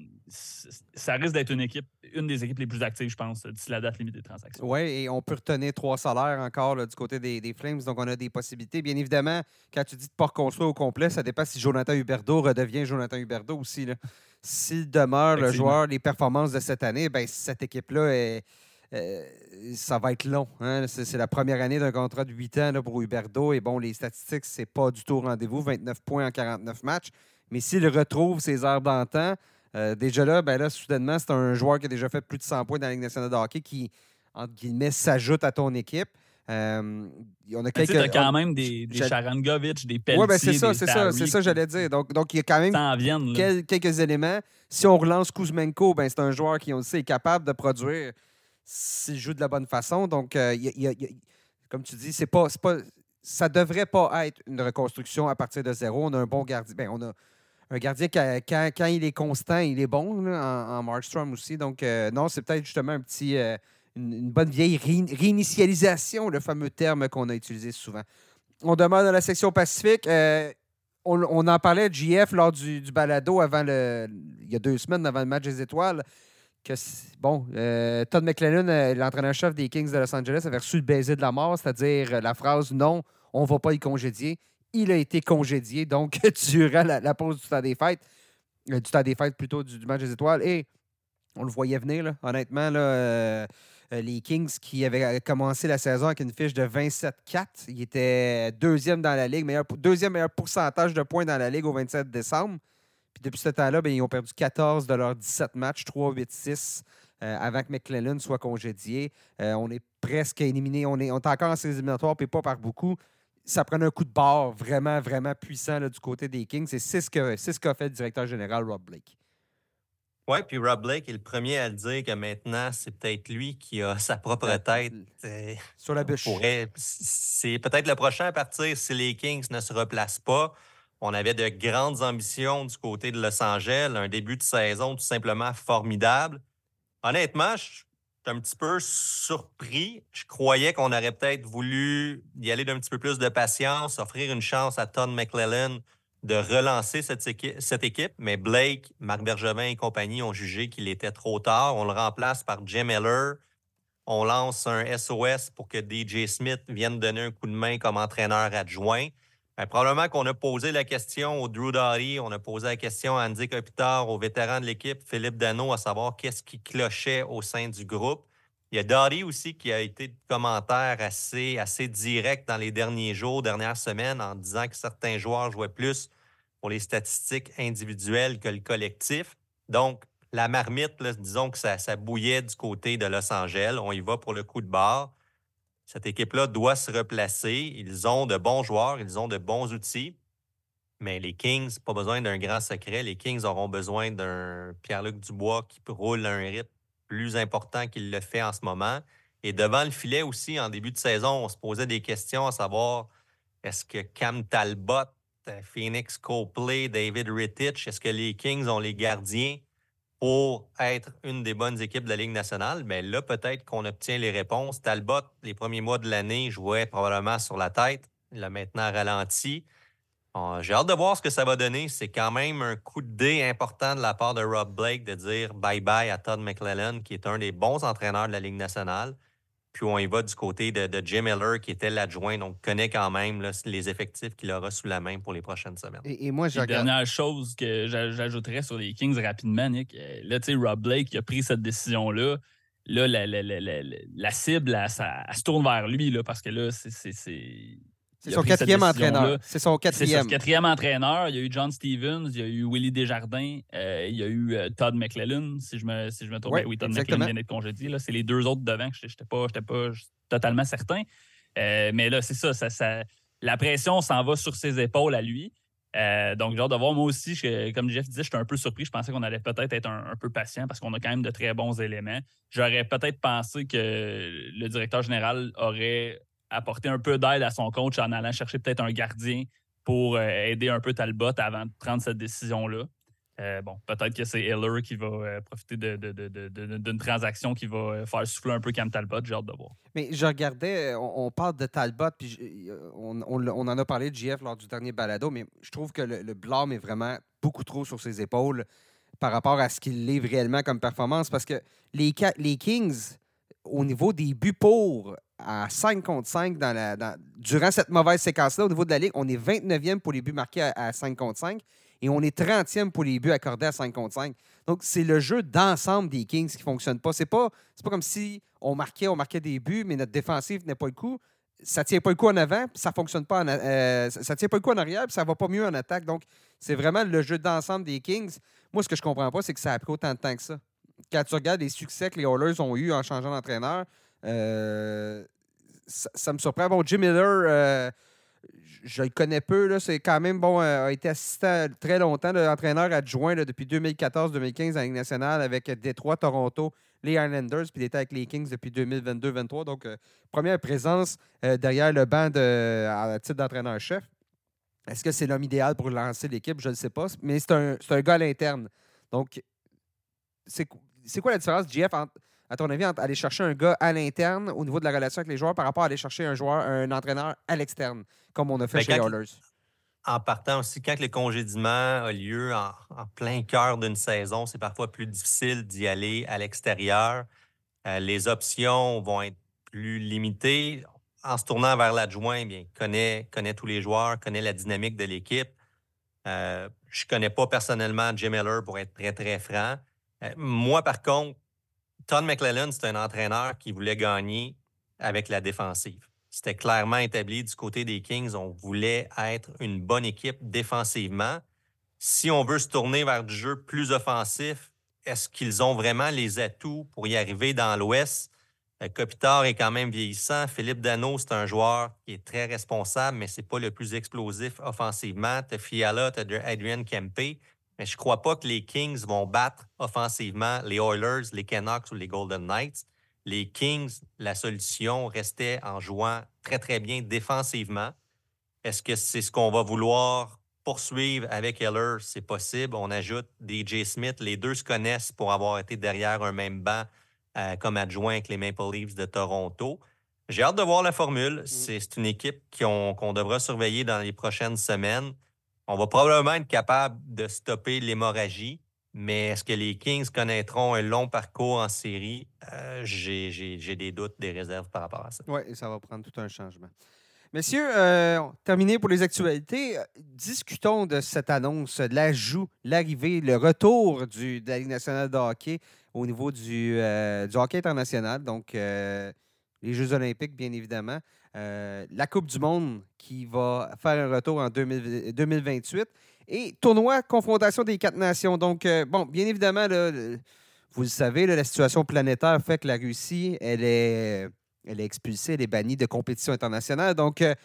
ça risque d'être une équipe, une des équipes les plus actives, je pense, d'ici la date limite des transactions. Oui, et on peut retenir trois salaires encore là, du côté des, des Flames, donc on a des possibilités. Bien évidemment, quand tu dis de ne pas reconstruire au complet, ça dépend si Jonathan Huberdeau redevient Jonathan Huberdeau aussi. Là. S'il demeure le joueur, les performances de cette année, bien, cette équipe-là est. Euh, ça va être long. Hein? C'est, c'est la première année d'un contrat de huit ans là, pour Huberdeau. Et bon, les statistiques, c'est pas du tout au rendez-vous. vingt-neuf points en quarante-neuf matchs. Mais s'il retrouve ses heures d'antan, euh, déjà là, ben là, soudainement, c'est un joueur qui a déjà fait plus de cent points dans la Ligue nationale de hockey qui, entre guillemets, s'ajoute à ton équipe. Euh, on a quelques... Tu as quand même des, des Sharangovich, des Pelletier, oui, ben c'est ça, des c'est Tarek, ça, c'est ça, j'allais dire. Donc, donc il y a quand même viennent, quel, quelques éléments. Si on relance Kuzmenko, ben c'est un joueur qui, on le sait, est capable de produire s'il joue de la bonne façon. Donc, euh, y a, y a, y a, comme tu dis, c'est pas, c'est pas, ça ne devrait pas être une reconstruction à partir de zéro. On a un bon gardien. Ben, on a un gardien qui, quand, quand il est constant, il est bon là, en, en Markstrom aussi. Donc, euh, non, c'est peut-être justement un petit, euh, une, une bonne vieille ré, réinitialisation, le fameux terme qu'on a utilisé souvent. On demeure dans la section Pacifique. Euh, on, on en parlait de J F lors du, du balado avant le, il y a deux semaines avant le match des Étoiles. Que, bon, euh, Todd McLennan, euh, l'entraîneur-chef des Kings de Los Angeles, avait reçu le baiser de la mort, c'est-à-dire euh, la phrase « Non, on ne va pas y congédier ». Il a été congédié, donc, durant la, la pause du temps des fêtes, euh, du temps des fêtes plutôt, du, du match des Étoiles. Et on le voyait venir, là, honnêtement, là, euh, euh, les Kings qui avaient commencé la saison avec une fiche de vingt-sept quatre. Ils étaient deuxième dans la Ligue, meilleur, deuxième meilleur pourcentage de points dans la Ligue au vingt-sept décembre. Puis depuis ce temps-là, bien, ils ont perdu quatorze de leurs dix-sept matchs, trois huit six euh, avant que McClellan soit congédié. Euh, on est presque éliminé. On est, on est encore en séries éliminatoires, puis pas par beaucoup. Ça prenait un coup de barre vraiment, vraiment puissant là, du côté des Kings. Et c'est ce que, c'est ce qu'a fait le directeur général Rob Blake. Oui, puis Rob Blake est le premier à le dire que maintenant, c'est peut-être lui qui a sa propre la, tête. Euh, sur la bûche. Pourrait, c'est peut-être le prochain à partir si les Kings ne se replacent pas. On avait de grandes ambitions du côté de Los Angeles, un début de saison tout simplement formidable. Honnêtement, je suis un petit peu surpris. Je croyais qu'on aurait peut-être voulu y aller d'un petit peu plus de patience, offrir une chance à Todd McClellan de relancer cette équipe, cette équipe, mais Blake, Marc Bergevin et compagnie ont jugé qu'il était trop tard. On le remplace par Jim Miller. On lance un S O S pour que D J Smith vienne donner un coup de main comme entraîneur adjoint. Bien, probablement qu'on a posé la question au Drew Doughty, on a posé la question à Andy Kopitar, au vétéran de l'équipe, Philippe Danault, à savoir qu'est-ce qui clochait au sein du groupe. Il y a Doughty aussi qui a été de commentaires assez, assez directs dans les derniers jours, dernières semaines, en disant que certains joueurs jouaient plus pour les statistiques individuelles que le collectif. Donc, la marmite, là, disons que ça, ça bouillait du côté de Los Angeles. On y va pour le coup de barre. Cette équipe-là doit se replacer. Ils ont de bons joueurs, ils ont de bons outils. Mais les Kings, pas besoin d'un grand secret. Les Kings auront besoin d'un Pierre-Luc Dubois qui roule à un rythme plus important qu'il le fait en ce moment. Et devant le filet aussi, en début de saison, on se posait des questions à savoir est-ce que Cam Talbot, Phoenix Copley, David Rittich, est-ce que les Kings ont les gardiens pour être une des bonnes équipes de la Ligue nationale? Mais là, peut-être qu'on obtient les réponses. Talbot, les premiers mois de l'année, jouait probablement sur la tête. Il l'a maintenant ralenti. Bon, j'ai hâte de voir ce que ça va donner. C'est quand même un coup de dé important de la part de Rob Blake de dire bye-bye à Todd McClellan, qui est un des bons entraîneurs de la Ligue nationale. Puis on y va du côté de, de Jim Miller, qui était l'adjoint, donc connaît quand même là, les effectifs qu'il aura sous la main pour les prochaines semaines. Et, et moi, je regarde... Dernière chose que j'ajouterais sur les Kings rapidement, Nick. Là, tu sais, Rob Blake qui a pris cette décision-là. Là, la, la, la, la, la cible, elle, ça, elle se tourne vers lui, là, parce que là, c'est... c'est, c'est... C'est son quatrième entraîneur. C'est son quatrième. C'est son quatrième entraîneur. Il y a eu John Stevens, il y a eu Willie Desjardins, euh, il y a eu euh, Todd McClellan, si je me, si je me trompe. Ouais, oui, Todd exactement. McClellan vient d'être congédié. Là. C'est les deux autres devant que je n'étais pas, j'étais pas totalement certain. Euh, mais là, c'est ça, ça, ça. La pression s'en va sur ses épaules à lui. Euh, donc, j'ai hâte de voir. Moi aussi, je, comme Jeff disait, j'étais un peu surpris. Je pensais qu'on allait peut-être être un, un peu patient parce qu'on a quand même de très bons éléments. J'aurais peut-être pensé que le directeur général aurait apporter un peu d'aide à son coach en allant chercher peut-être un gardien pour euh, aider un peu Talbot avant de prendre cette décision-là. Euh, bon, peut-être que c'est Hiller qui va euh, profiter de, de, de, de, de, d'une transaction qui va faire souffler un peu Cam Talbot. J'ai hâte de voir. Mais je regardais, on, on parle de Talbot, puis je, on, on, on en a parlé de J F lors du dernier balado, mais je trouve que le, le blâme est vraiment beaucoup trop sur ses épaules par rapport à ce qu'il livre réellement comme performance, parce que les, les Kings, au niveau des buts pour à cinq contre cinq dans la, dans, durant cette mauvaise séquence-là, au niveau de la Ligue, on est vingt-neuvième pour les buts marqués à, à cinq contre cinq et on est trentième pour les buts accordés à cinq contre cinq. Donc, c'est le jeu d'ensemble des Kings qui ne fonctionne pas. C'est pas, c'est pas comme si on marquait, on marquait des buts, mais notre défensive n'est pas le coup. Ça ne tient pas le coup en avant, puis ça fonctionne pas en, euh, ça ne tient pas le coup en arrière, puis ça ne va pas mieux en attaque. Donc, c'est vraiment le jeu d'ensemble des Kings. Moi, ce que je ne comprends pas, c'est que ça a pris autant de temps que ça. Quand tu regardes les succès que les Oilers ont eu en changeant d'entraîneur, euh, ça, ça me surprend. Bon, Jim Miller, euh, je le connais peu. Là, c'est quand même bon. Euh, a été assistant très longtemps, l'entraîneur adjoint là, depuis deux mille quatorze deux mille quinze dans la Ligue nationale avec Détroit, Toronto, les Islanders, puis il était avec les Kings depuis deux mille vingt-deux vingt-trois. Donc, euh, première présence euh, derrière le banc de, à titre d'entraîneur-chef. Est-ce que c'est l'homme idéal pour lancer l'équipe? Je ne sais pas. Mais c'est un, c'est un gars à l'interne. Donc, c'est, c'est quoi la différence, J F, entre, à ton avis, entre aller chercher un gars à l'interne au niveau de la relation avec les joueurs par rapport à aller chercher un joueur, un entraîneur à l'externe, comme on a fait Mais chez les quand- Oilers? En partant aussi, quand le congédiement a lieu en, en plein cœur d'une saison, c'est parfois plus difficile d'y aller à l'extérieur. Euh, les options vont être plus limitées. En se tournant vers l'adjoint, bien, connaît, connaît tous les joueurs, connaît la dynamique de l'équipe. Euh, je ne connais pas personnellement Jim Miller pour être très, très franc. Euh, moi, par contre, Todd McClellan, c'est un entraîneur qui voulait gagner avec la défensive. C'était clairement établi du côté des Kings. On voulait être une bonne équipe défensivement. Si on veut se tourner vers du jeu plus offensif, est-ce qu'ils ont vraiment les atouts pour y arriver dans l'Ouest? Euh, Kopitar est quand même vieillissant. Philippe Danault, c'est un joueur qui est très responsable, mais c'est pas le plus explosif offensivement. Tu as Fiala, tu as Adrian Kempe. Mais je crois pas que les Kings vont battre offensivement les Oilers, les Canucks ou les Golden Knights. Les Kings, la solution restait en jouant très, très bien défensivement. Est-ce que c'est ce qu'on va vouloir poursuivre avec Heller? C'est possible. On ajoute D J Smith. Les deux se connaissent pour avoir été derrière un même banc euh, comme adjoint avec les Maple Leafs de Toronto. J'ai hâte de voir la formule. Mm. C'est, c'est une équipe qu'on, qu'on devra surveiller dans les prochaines semaines. On va probablement être capable de stopper l'hémorragie, mais est-ce que les Kings connaîtront un long parcours en série? Euh, j'ai, j'ai, j'ai des doutes, des réserves par rapport à ça. Oui, ça va prendre tout un changement. Messieurs, euh, terminé pour les actualités. Discutons de cette annonce, de l'ajout, l'arrivée, le retour du, de la Ligue nationale de hockey au niveau du, euh, du hockey international. Donc, euh, les Jeux olympiques, bien évidemment. Euh, la Coupe du monde qui va faire un retour en deux mille, deux mille vingt-huit. Et tournoi confrontation des quatre nations. Donc, euh, bon, bien évidemment, là, vous le savez, là, la situation planétaire fait que la Russie, elle est... Elle est expulsée, elle est bannie de compétition internationale. Donc, euh,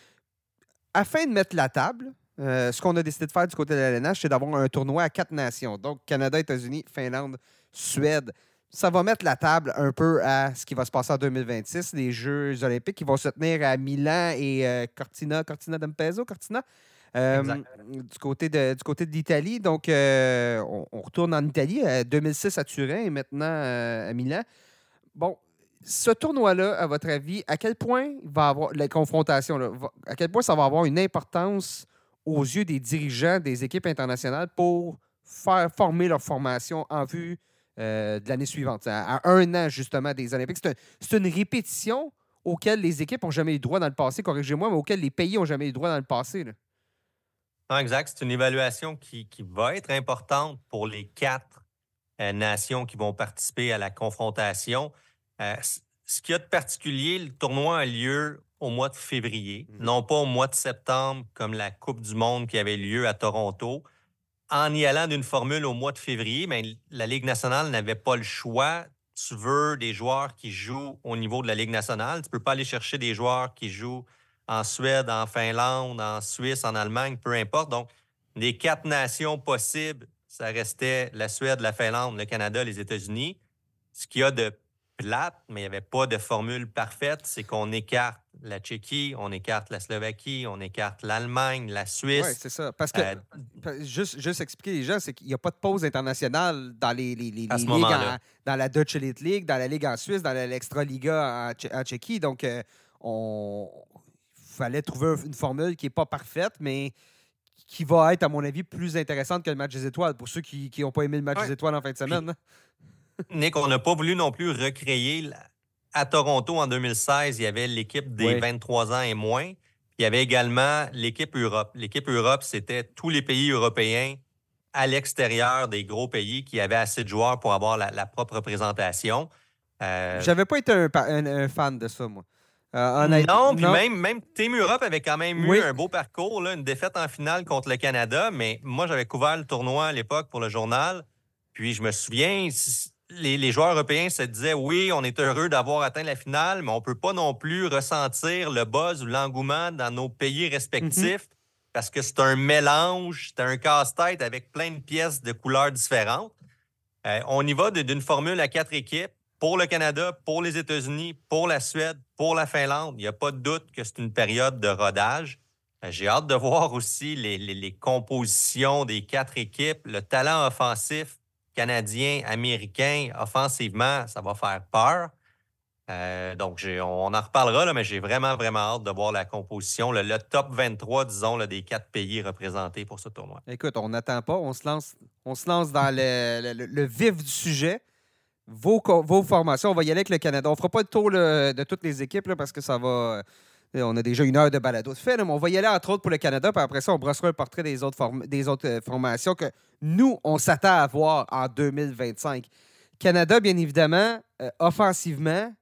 afin de mettre la table, euh, ce qu'on a décidé de faire du côté de la L N H, c'est d'avoir un tournoi à quatre nations. Donc, Canada, États-Unis, Finlande, Suède. Ça va mettre la table un peu à ce qui va se passer en deux mille vingt-six, les Jeux olympiques qui vont se tenir à Milan et euh, Cortina, Cortina d'Ampezzo, Cortina, euh, du, côté de, du côté de l'Italie. Donc, euh, on, on retourne en Italie, à deux mille six à Turin et maintenant euh, à Milan. Bon, ce tournoi-là, à votre avis, à quel point il va avoir la confrontation, là, à quel point ça va avoir une importance aux yeux des dirigeants des équipes internationales pour faire former leur formation en vue euh, de l'année suivante, à, à un an justement des Olympiques? C'est, un, c'est une répétition auquel les équipes n'ont jamais eu droit dans le passé, corrigez-moi, mais auquel les pays n'ont jamais eu droit dans le passé. Là. Non, exact. C'est une évaluation qui, qui va être importante pour les quatre euh, nations qui vont participer à la confrontation. Euh, ce qu'il y a de particulier, le tournoi a lieu au mois de février, mm-hmm. non pas au mois de septembre comme la Coupe du monde qui avait lieu à Toronto. En y allant d'une formule au mois de février, bien, la Ligue nationale n'avait pas le choix. Tu veux des joueurs qui jouent au niveau de la Ligue nationale. Tu ne peux pas aller chercher des joueurs qui jouent en Suède, en Finlande, en Suisse, en Allemagne, peu importe. Donc, les quatre nations possibles, ça restait la Suède, la Finlande, le Canada, les États-Unis. Ce qu'il y a de plate, mais il n'y avait pas de formule parfaite, c'est qu'on écarte la Tchéquie, on écarte la Slovaquie, on écarte l'Allemagne, la Suisse. Oui, c'est ça. Parce que, euh, juste, juste expliquer les gens, c'est qu'il n'y a pas de pause internationale dans les, les, les, les ligues, en, dans la Dutch Elite League, dans la Ligue en Suisse, dans l'Extra-Liga en, Tché- en Tchéquie. Donc, euh, on fallait trouver une formule qui n'est pas parfaite, mais qui va être, à mon avis, plus intéressante que le match des étoiles, pour ceux qui n'ont pas aimé le match ouais. des étoiles en fin de semaine. Puis... Nick, on n'a pas voulu non plus recréer. La... À Toronto, en deux mille seize, il y avait l'équipe des oui. vingt-trois ans et moins. Il y avait également l'équipe Europe. L'équipe Europe, c'était tous les pays européens à l'extérieur des gros pays qui avaient assez de joueurs pour avoir la, la propre représentation. Euh... J'avais pas été un, un, un fan de ça, moi. Euh, non, puis même, même Team Europe avait quand même oui. eu un beau parcours, là, une défaite en finale contre le Canada. Mais moi, j'avais couvert le tournoi à l'époque pour le journal. Puis je me souviens... Les, les joueurs européens se disaient « Oui, on est heureux d'avoir atteint la finale, mais on ne peut pas non plus ressentir le buzz ou l'engouement dans nos pays respectifs mm-hmm. parce que c'est un mélange, c'est un casse-tête avec plein de pièces de couleurs différentes. Euh, on y va de, d'une formule à quatre équipes pour le Canada, pour les États-Unis, pour la Suède, pour la Finlande. Il n'y a pas de doute que c'est une période de rodage. Euh, j'ai hâte de voir aussi les, les, les compositions des quatre équipes, le talent offensif Canadiens, Américains, offensivement, ça va faire peur. Euh, donc, j'ai, on en reparlera, là, mais j'ai vraiment, vraiment hâte de voir la composition, le, le top vingt-trois, disons, là, des quatre pays représentés pour ce tournoi. Écoute, on n'attend pas. On se lance, on se lance dans le, le, le vif du sujet. Vos, vos formations, on va y aller avec le Canada. On ne fera pas le tour là, de toutes les équipes là, parce que ça va... On a déjà une heure de balado de fait, là, mais on va y aller entre autres pour le Canada, puis après ça, on brossera un portrait des autres, form- des autres euh, formations que nous, on s'attend à voir en deux mille vingt-cinq. Canada, bien évidemment, euh, offensivement,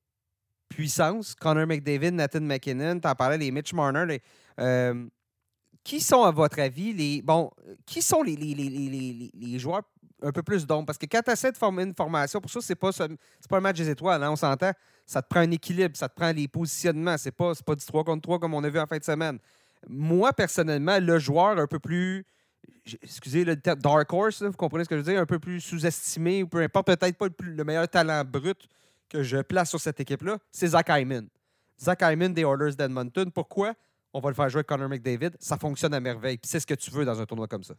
puissance. Connor McDavid, Nathan MacKinnon, t'en parlais, les Mitch Marner. Les, euh, qui sont, à votre avis, les... Bon, qui sont les, les, les, les, les joueurs un peu plus d'ombre. Parce que quand tu essaies de former une formation, pour ça, c'est pas, c'est pas un match des étoiles, hein, on s'entend. Ça te prend un équilibre, ça te prend les positionnements. C'est pas, c'est pas du trois contre trois comme on a vu en fin de semaine. Moi, personnellement, le joueur un peu plus... Excusez le terme Dark Horse, là, vous comprenez ce que je veux dire? Un peu plus sous-estimé, ou peu importe, peut-être pas le, plus, le meilleur talent brut que je place sur cette équipe-là, c'est Zach Hyman. Zach Hyman des Oilers d'Edmonton. Pourquoi? On va le faire jouer avec Connor McDavid. Ça fonctionne à merveille. Puis c'est ce que tu veux dans un tournoi comme ça.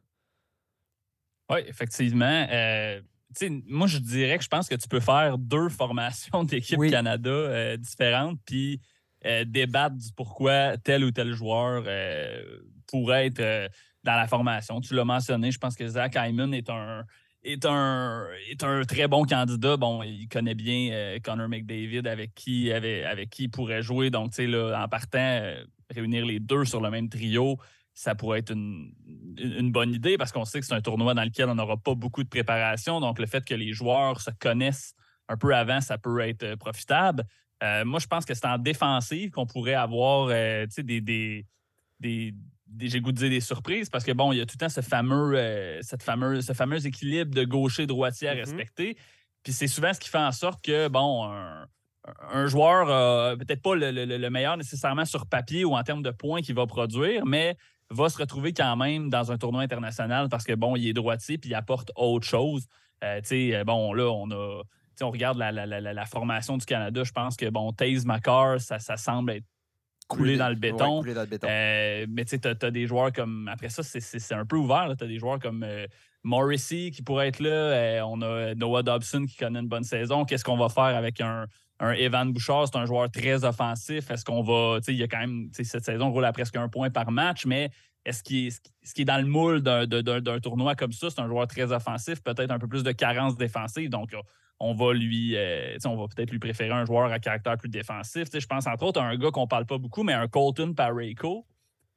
Oui, effectivement. Euh, moi, je dirais que je pense que tu peux faire deux formations d'équipe oui. Canada euh, différentes, puis euh, débattre du pourquoi tel ou tel joueur euh, pourrait être euh, dans la formation. Tu l'as mentionné, je pense que Zach Hyman est un, est un, est un très bon candidat. Bon, il connaît bien euh, Connor McDavid avec qui, avec, avec qui il pourrait jouer. Donc, tu sais, là, en partant, euh, réunir les deux sur le même trio, ça pourrait être une, une bonne idée parce qu'on sait que c'est un tournoi dans lequel on n'aura pas beaucoup de préparation. Donc, le fait que les joueurs se connaissent un peu avant, ça peut être profitable. Euh, moi, je pense que c'est en défensive qu'on pourrait avoir euh, des, des, des, des, j'ai goût de dire des surprises parce que, bon, il y a tout le temps ce fameux, euh, cette fameuse, ce fameux équilibre de gaucher-droitier à Mm-hmm. respecter. Puis c'est souvent ce qui fait en sorte que, bon, un, un joueur, euh, peut-être pas le, le, le meilleur nécessairement sur papier ou en termes de points qu'il va produire, mais va se retrouver quand même dans un tournoi international parce que, bon, il est droitier puis il apporte autre chose. Euh, tu sais, bon, là, on a... on regarde la, la, la, la formation du Canada, je pense que, bon, Taze McCarr, ça, ça semble être coulé, coulé dans le béton. Ouais, coulé dans le béton. Euh, mais tu sais, tu as des joueurs comme... Après ça, c'est, c'est, c'est un peu ouvert. Tu as des joueurs comme euh, Morrissey qui pourrait être là. Euh, on a Noah Dobson qui connaît une bonne saison. Qu'est-ce qu'on va faire avec un... Un Evan Bouchard, c'est un joueur très offensif. Est-ce qu'on va... Tu sais, il y a quand même... Cette saison roule à presque un point par match, mais est-ce qu'il est, ce qui est dans le moule d'un, d'un, d'un tournoi comme ça? C'est un joueur très offensif, peut-être un peu plus de carence défensive. Donc, on va lui... Euh, on va peut-être lui préférer un joueur à caractère plus défensif. Je pense, entre autres, à un gars qu'on parle pas beaucoup, mais un Colton Parayko,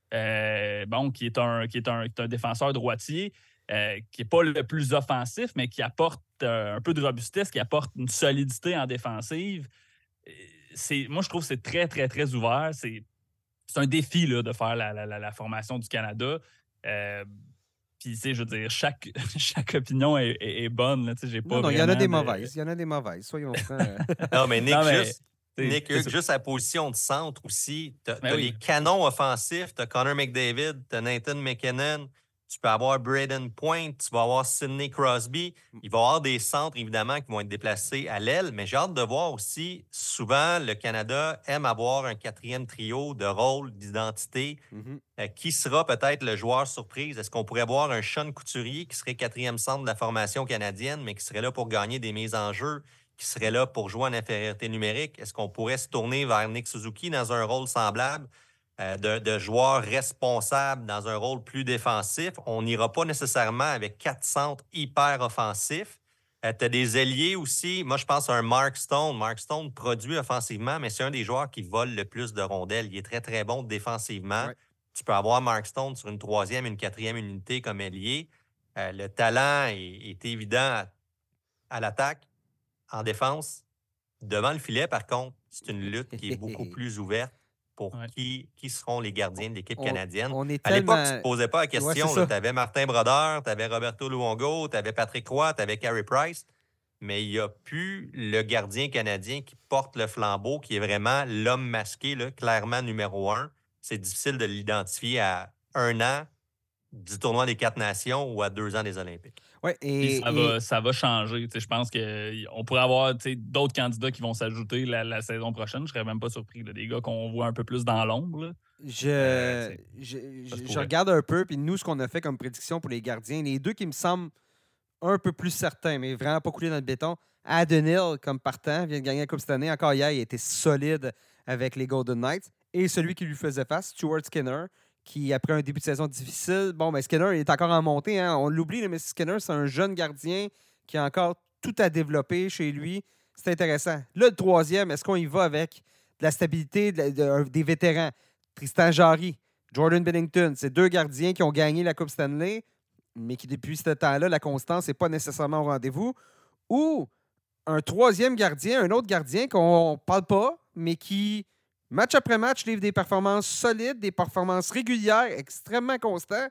euh, bon, qui est un, qui est un, qui est un défenseur droitier, euh, qui n'est pas le plus offensif, mais qui apporte euh, un peu de robustesse, qui apporte une solidité en défensive. C'est, moi, je trouve que c'est très, très, très ouvert. C'est, c'est un défi là, de faire la, la, la formation du Canada. Euh, Puis, tu sais, je veux dire, chaque, chaque opinion est, est, est bonne. Là, j'ai pas non, non, il y en a des de... mauvaises. Il y en a des mauvaises. Soyons francs. non, mais Nick, non, mais, juste, Nick c'est juste à la position de centre aussi, tu as oui. les canons offensifs, tu as Connor McDavid, tu as Nathan McKinnon, tu peux avoir Braden Point, tu vas avoir Sidney Crosby. Il va y avoir des centres, évidemment, qui vont être déplacés à l'aile, mais j'ai hâte de voir aussi, souvent, le Canada aime avoir un quatrième trio de rôle, d'identité. Mm-hmm. Euh, qui sera peut-être le joueur surprise? Est-ce qu'on pourrait avoir un Sean Couturier qui serait quatrième centre de la formation canadienne, mais qui serait là pour gagner des mises en jeu, qui serait là pour jouer en infériorité numérique? Est-ce qu'on pourrait se tourner vers Nick Suzuki dans un rôle semblable? Euh, de, de joueurs responsables dans un rôle plus défensif. On n'ira pas nécessairement avec quatre centres hyper offensifs. Euh, tu as des ailiers aussi. Moi, je pense à un Mark Stone. Mark Stone produit offensivement, mais c'est un des joueurs qui vole le plus de rondelles. Il est très, très bon défensivement. Ouais. Tu peux avoir Mark Stone sur une troisième, une quatrième unité comme ailier. Euh, le talent est, est évident à, à l'attaque. En défense, devant le filet, par contre, c'est une lutte qui est beaucoup plus ouverte. Pour ouais. qui, qui seront les gardiens de l'équipe on, canadienne. On est à tellement... l'époque, tu ne te posais pas la question. Ouais, tu avais Martin Brodeur, tu avais Roberto Luongo, tu avais Patrick Roy, tu avais Carey Price, mais il n'y a plus le gardien canadien qui porte le flambeau, qui est vraiment l'homme masqué, là, clairement numéro un. C'est difficile de l'identifier à un an du tournoi des quatre nations ou à deux ans des Olympiques. Ouais, et, ça, et... Va, ça va changer. Je pense qu'on pourrait avoir d'autres candidats qui vont s'ajouter la, la saison prochaine. Je ne serais même pas surpris. Là, des gars qu'on voit un peu plus dans l'ombre. Là. Je, euh, je, je, je regarde un peu, puis nous, ce qu'on a fait comme prédiction pour les gardiens, les deux qui me semblent un peu plus certains, mais vraiment pas coulés dans le béton, Adden Hill, comme partant, vient de gagner la Coupe cette année. Encore hier, il a été solide avec les Golden Knights. Et celui qui lui faisait face, Stuart Skinner, qui, après un début de saison difficile, bon, mais Skinner il est encore en montée. Hein? On l'oublie, mais Skinner, c'est un jeune gardien qui a encore tout à développer chez lui. C'est intéressant. Là, le troisième, est-ce qu'on y va avec de la stabilité de, de, de, des vétérans? Tristan Jarry, Jordan Binnington, c'est deux gardiens qui ont gagné la Coupe Stanley, mais qui, depuis ce temps-là, la constance n'est pas nécessairement au rendez-vous. Ou un troisième gardien, un autre gardien qu'on ne parle pas, mais qui... match après match, livre des performances solides, des performances régulières, extrêmement constantes,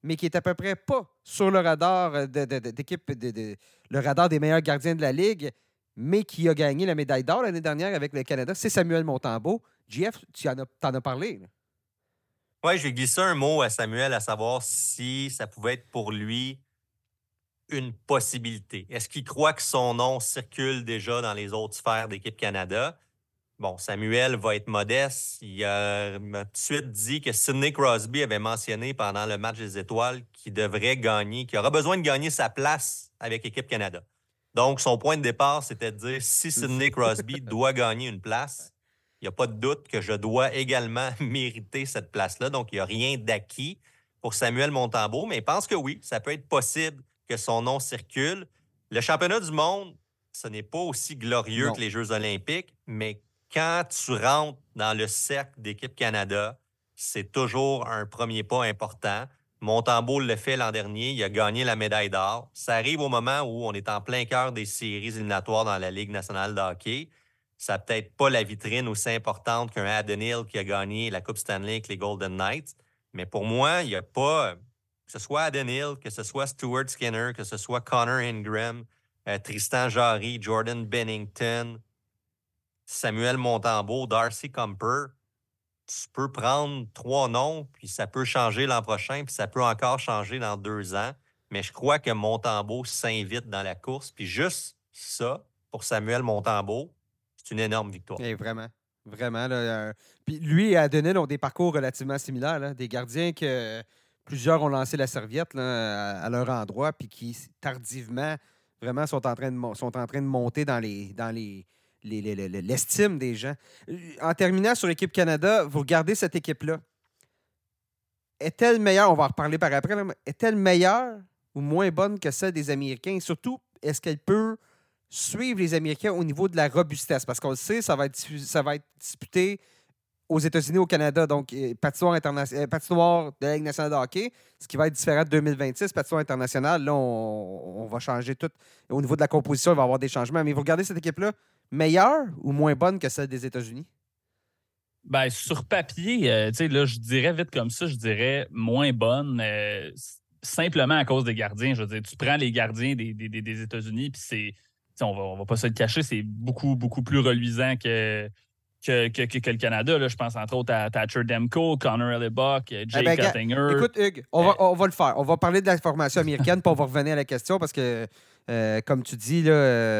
mais qui est à peu près pas sur le radar de, de, de, d'équipe, de, de, le radar des meilleurs gardiens de la Ligue, mais qui a gagné la médaille d'or l'année dernière avec le Canada, c'est Samuel Montembeault. J F, tu en as, t'en as parlé. Oui, je vais glisser un mot à Samuel, à savoir si ça pouvait être pour lui une possibilité. Est-ce qu'il croit que son nom circule déjà dans les autres sphères d'Équipe Canada? Bon, Samuel va être modeste. Il a, il m'a tout de suite dit que Sidney Crosby avait mentionné pendant le match des étoiles qu'il devrait gagner, qu'il aura besoin de gagner sa place avec Équipe Canada. Donc, son point de départ, c'était de dire si Sidney Crosby doit gagner une place, il n'y a pas de doute que je dois également mériter cette place-là. Donc, il n'y a rien d'acquis pour Samuel Montembeault, mais il pense que oui, ça peut être possible que son nom circule. Le championnat du monde, ce n'est pas aussi glorieux Non. que les Jeux olympiques, mais quand tu rentres dans le cercle d'Équipe Canada, c'est toujours un premier pas important. Montembeault le fait l'an dernier, il a gagné la médaille d'or. Ça arrive au moment où on est en plein cœur des séries éliminatoires dans la Ligue nationale de hockey. Ça n'a peut-être pas la vitrine aussi importante qu'un Adden Hill qui a gagné la Coupe Stanley avec les Golden Knights. Mais pour moi, il n'y a pas, que ce soit Adden Hill, que ce soit Stuart Skinner, que ce soit Connor Ingram, euh, Tristan Jarry, Jordan Bennington, Samuel Montembeault, Darcy Kumper. Tu peux prendre trois noms, puis ça peut changer l'an prochain, puis ça peut encore changer dans deux ans. Mais je crois que Montembeault s'invite dans la course. Puis juste ça, pour Samuel Montembeault, c'est une énorme victoire. Et vraiment. Vraiment. Là, euh, puis lui et Adden ont des parcours relativement similaires. Là, des gardiens que plusieurs ont lancé la serviette là, à, à leur endroit, puis qui tardivement, vraiment, sont en train de, sont en train de monter dans les. Dans les Les, les, les, l'estime des gens. En terminant sur l'équipe Canada, vous regardez cette équipe-là. Est-elle meilleure, on va en reparler par après, là, mais est-elle meilleure ou moins bonne que celle des Américains? Et surtout, est-ce qu'elle peut suivre les Américains au niveau de la robustesse? Parce qu'on le sait, ça va être, ça va être disputé aux États-Unis, au Canada. Donc, patinoire, interna- patinoire de la Ligue nationale de hockey, ce qui va être différent de deux mille vingt-six. Patinoire internationale, là, on, on va changer tout. Au niveau de la composition, il va y avoir des changements. Mais vous regardez cette équipe-là, meilleure ou moins bonne que celle des États-Unis? Ben, sur papier, euh, tu sais, là, je dirais vite comme ça, je dirais moins bonne, euh, simplement à cause des gardiens. Je veux dire, tu prends les gardiens des, des, des États-Unis, puis c'est, on va, on va pas se le cacher, c'est beaucoup, beaucoup plus reluisant que, que, que, que, que le Canada. Là. Je pense entre autres à Thatcher Demko, Connor Hellebuck, Jake eh ben, Ottinger. Écoute, Hugues, on, euh, va, on va le faire. On va parler de la formation américaine, puis on va revenir à la question parce que, euh, comme tu dis, là,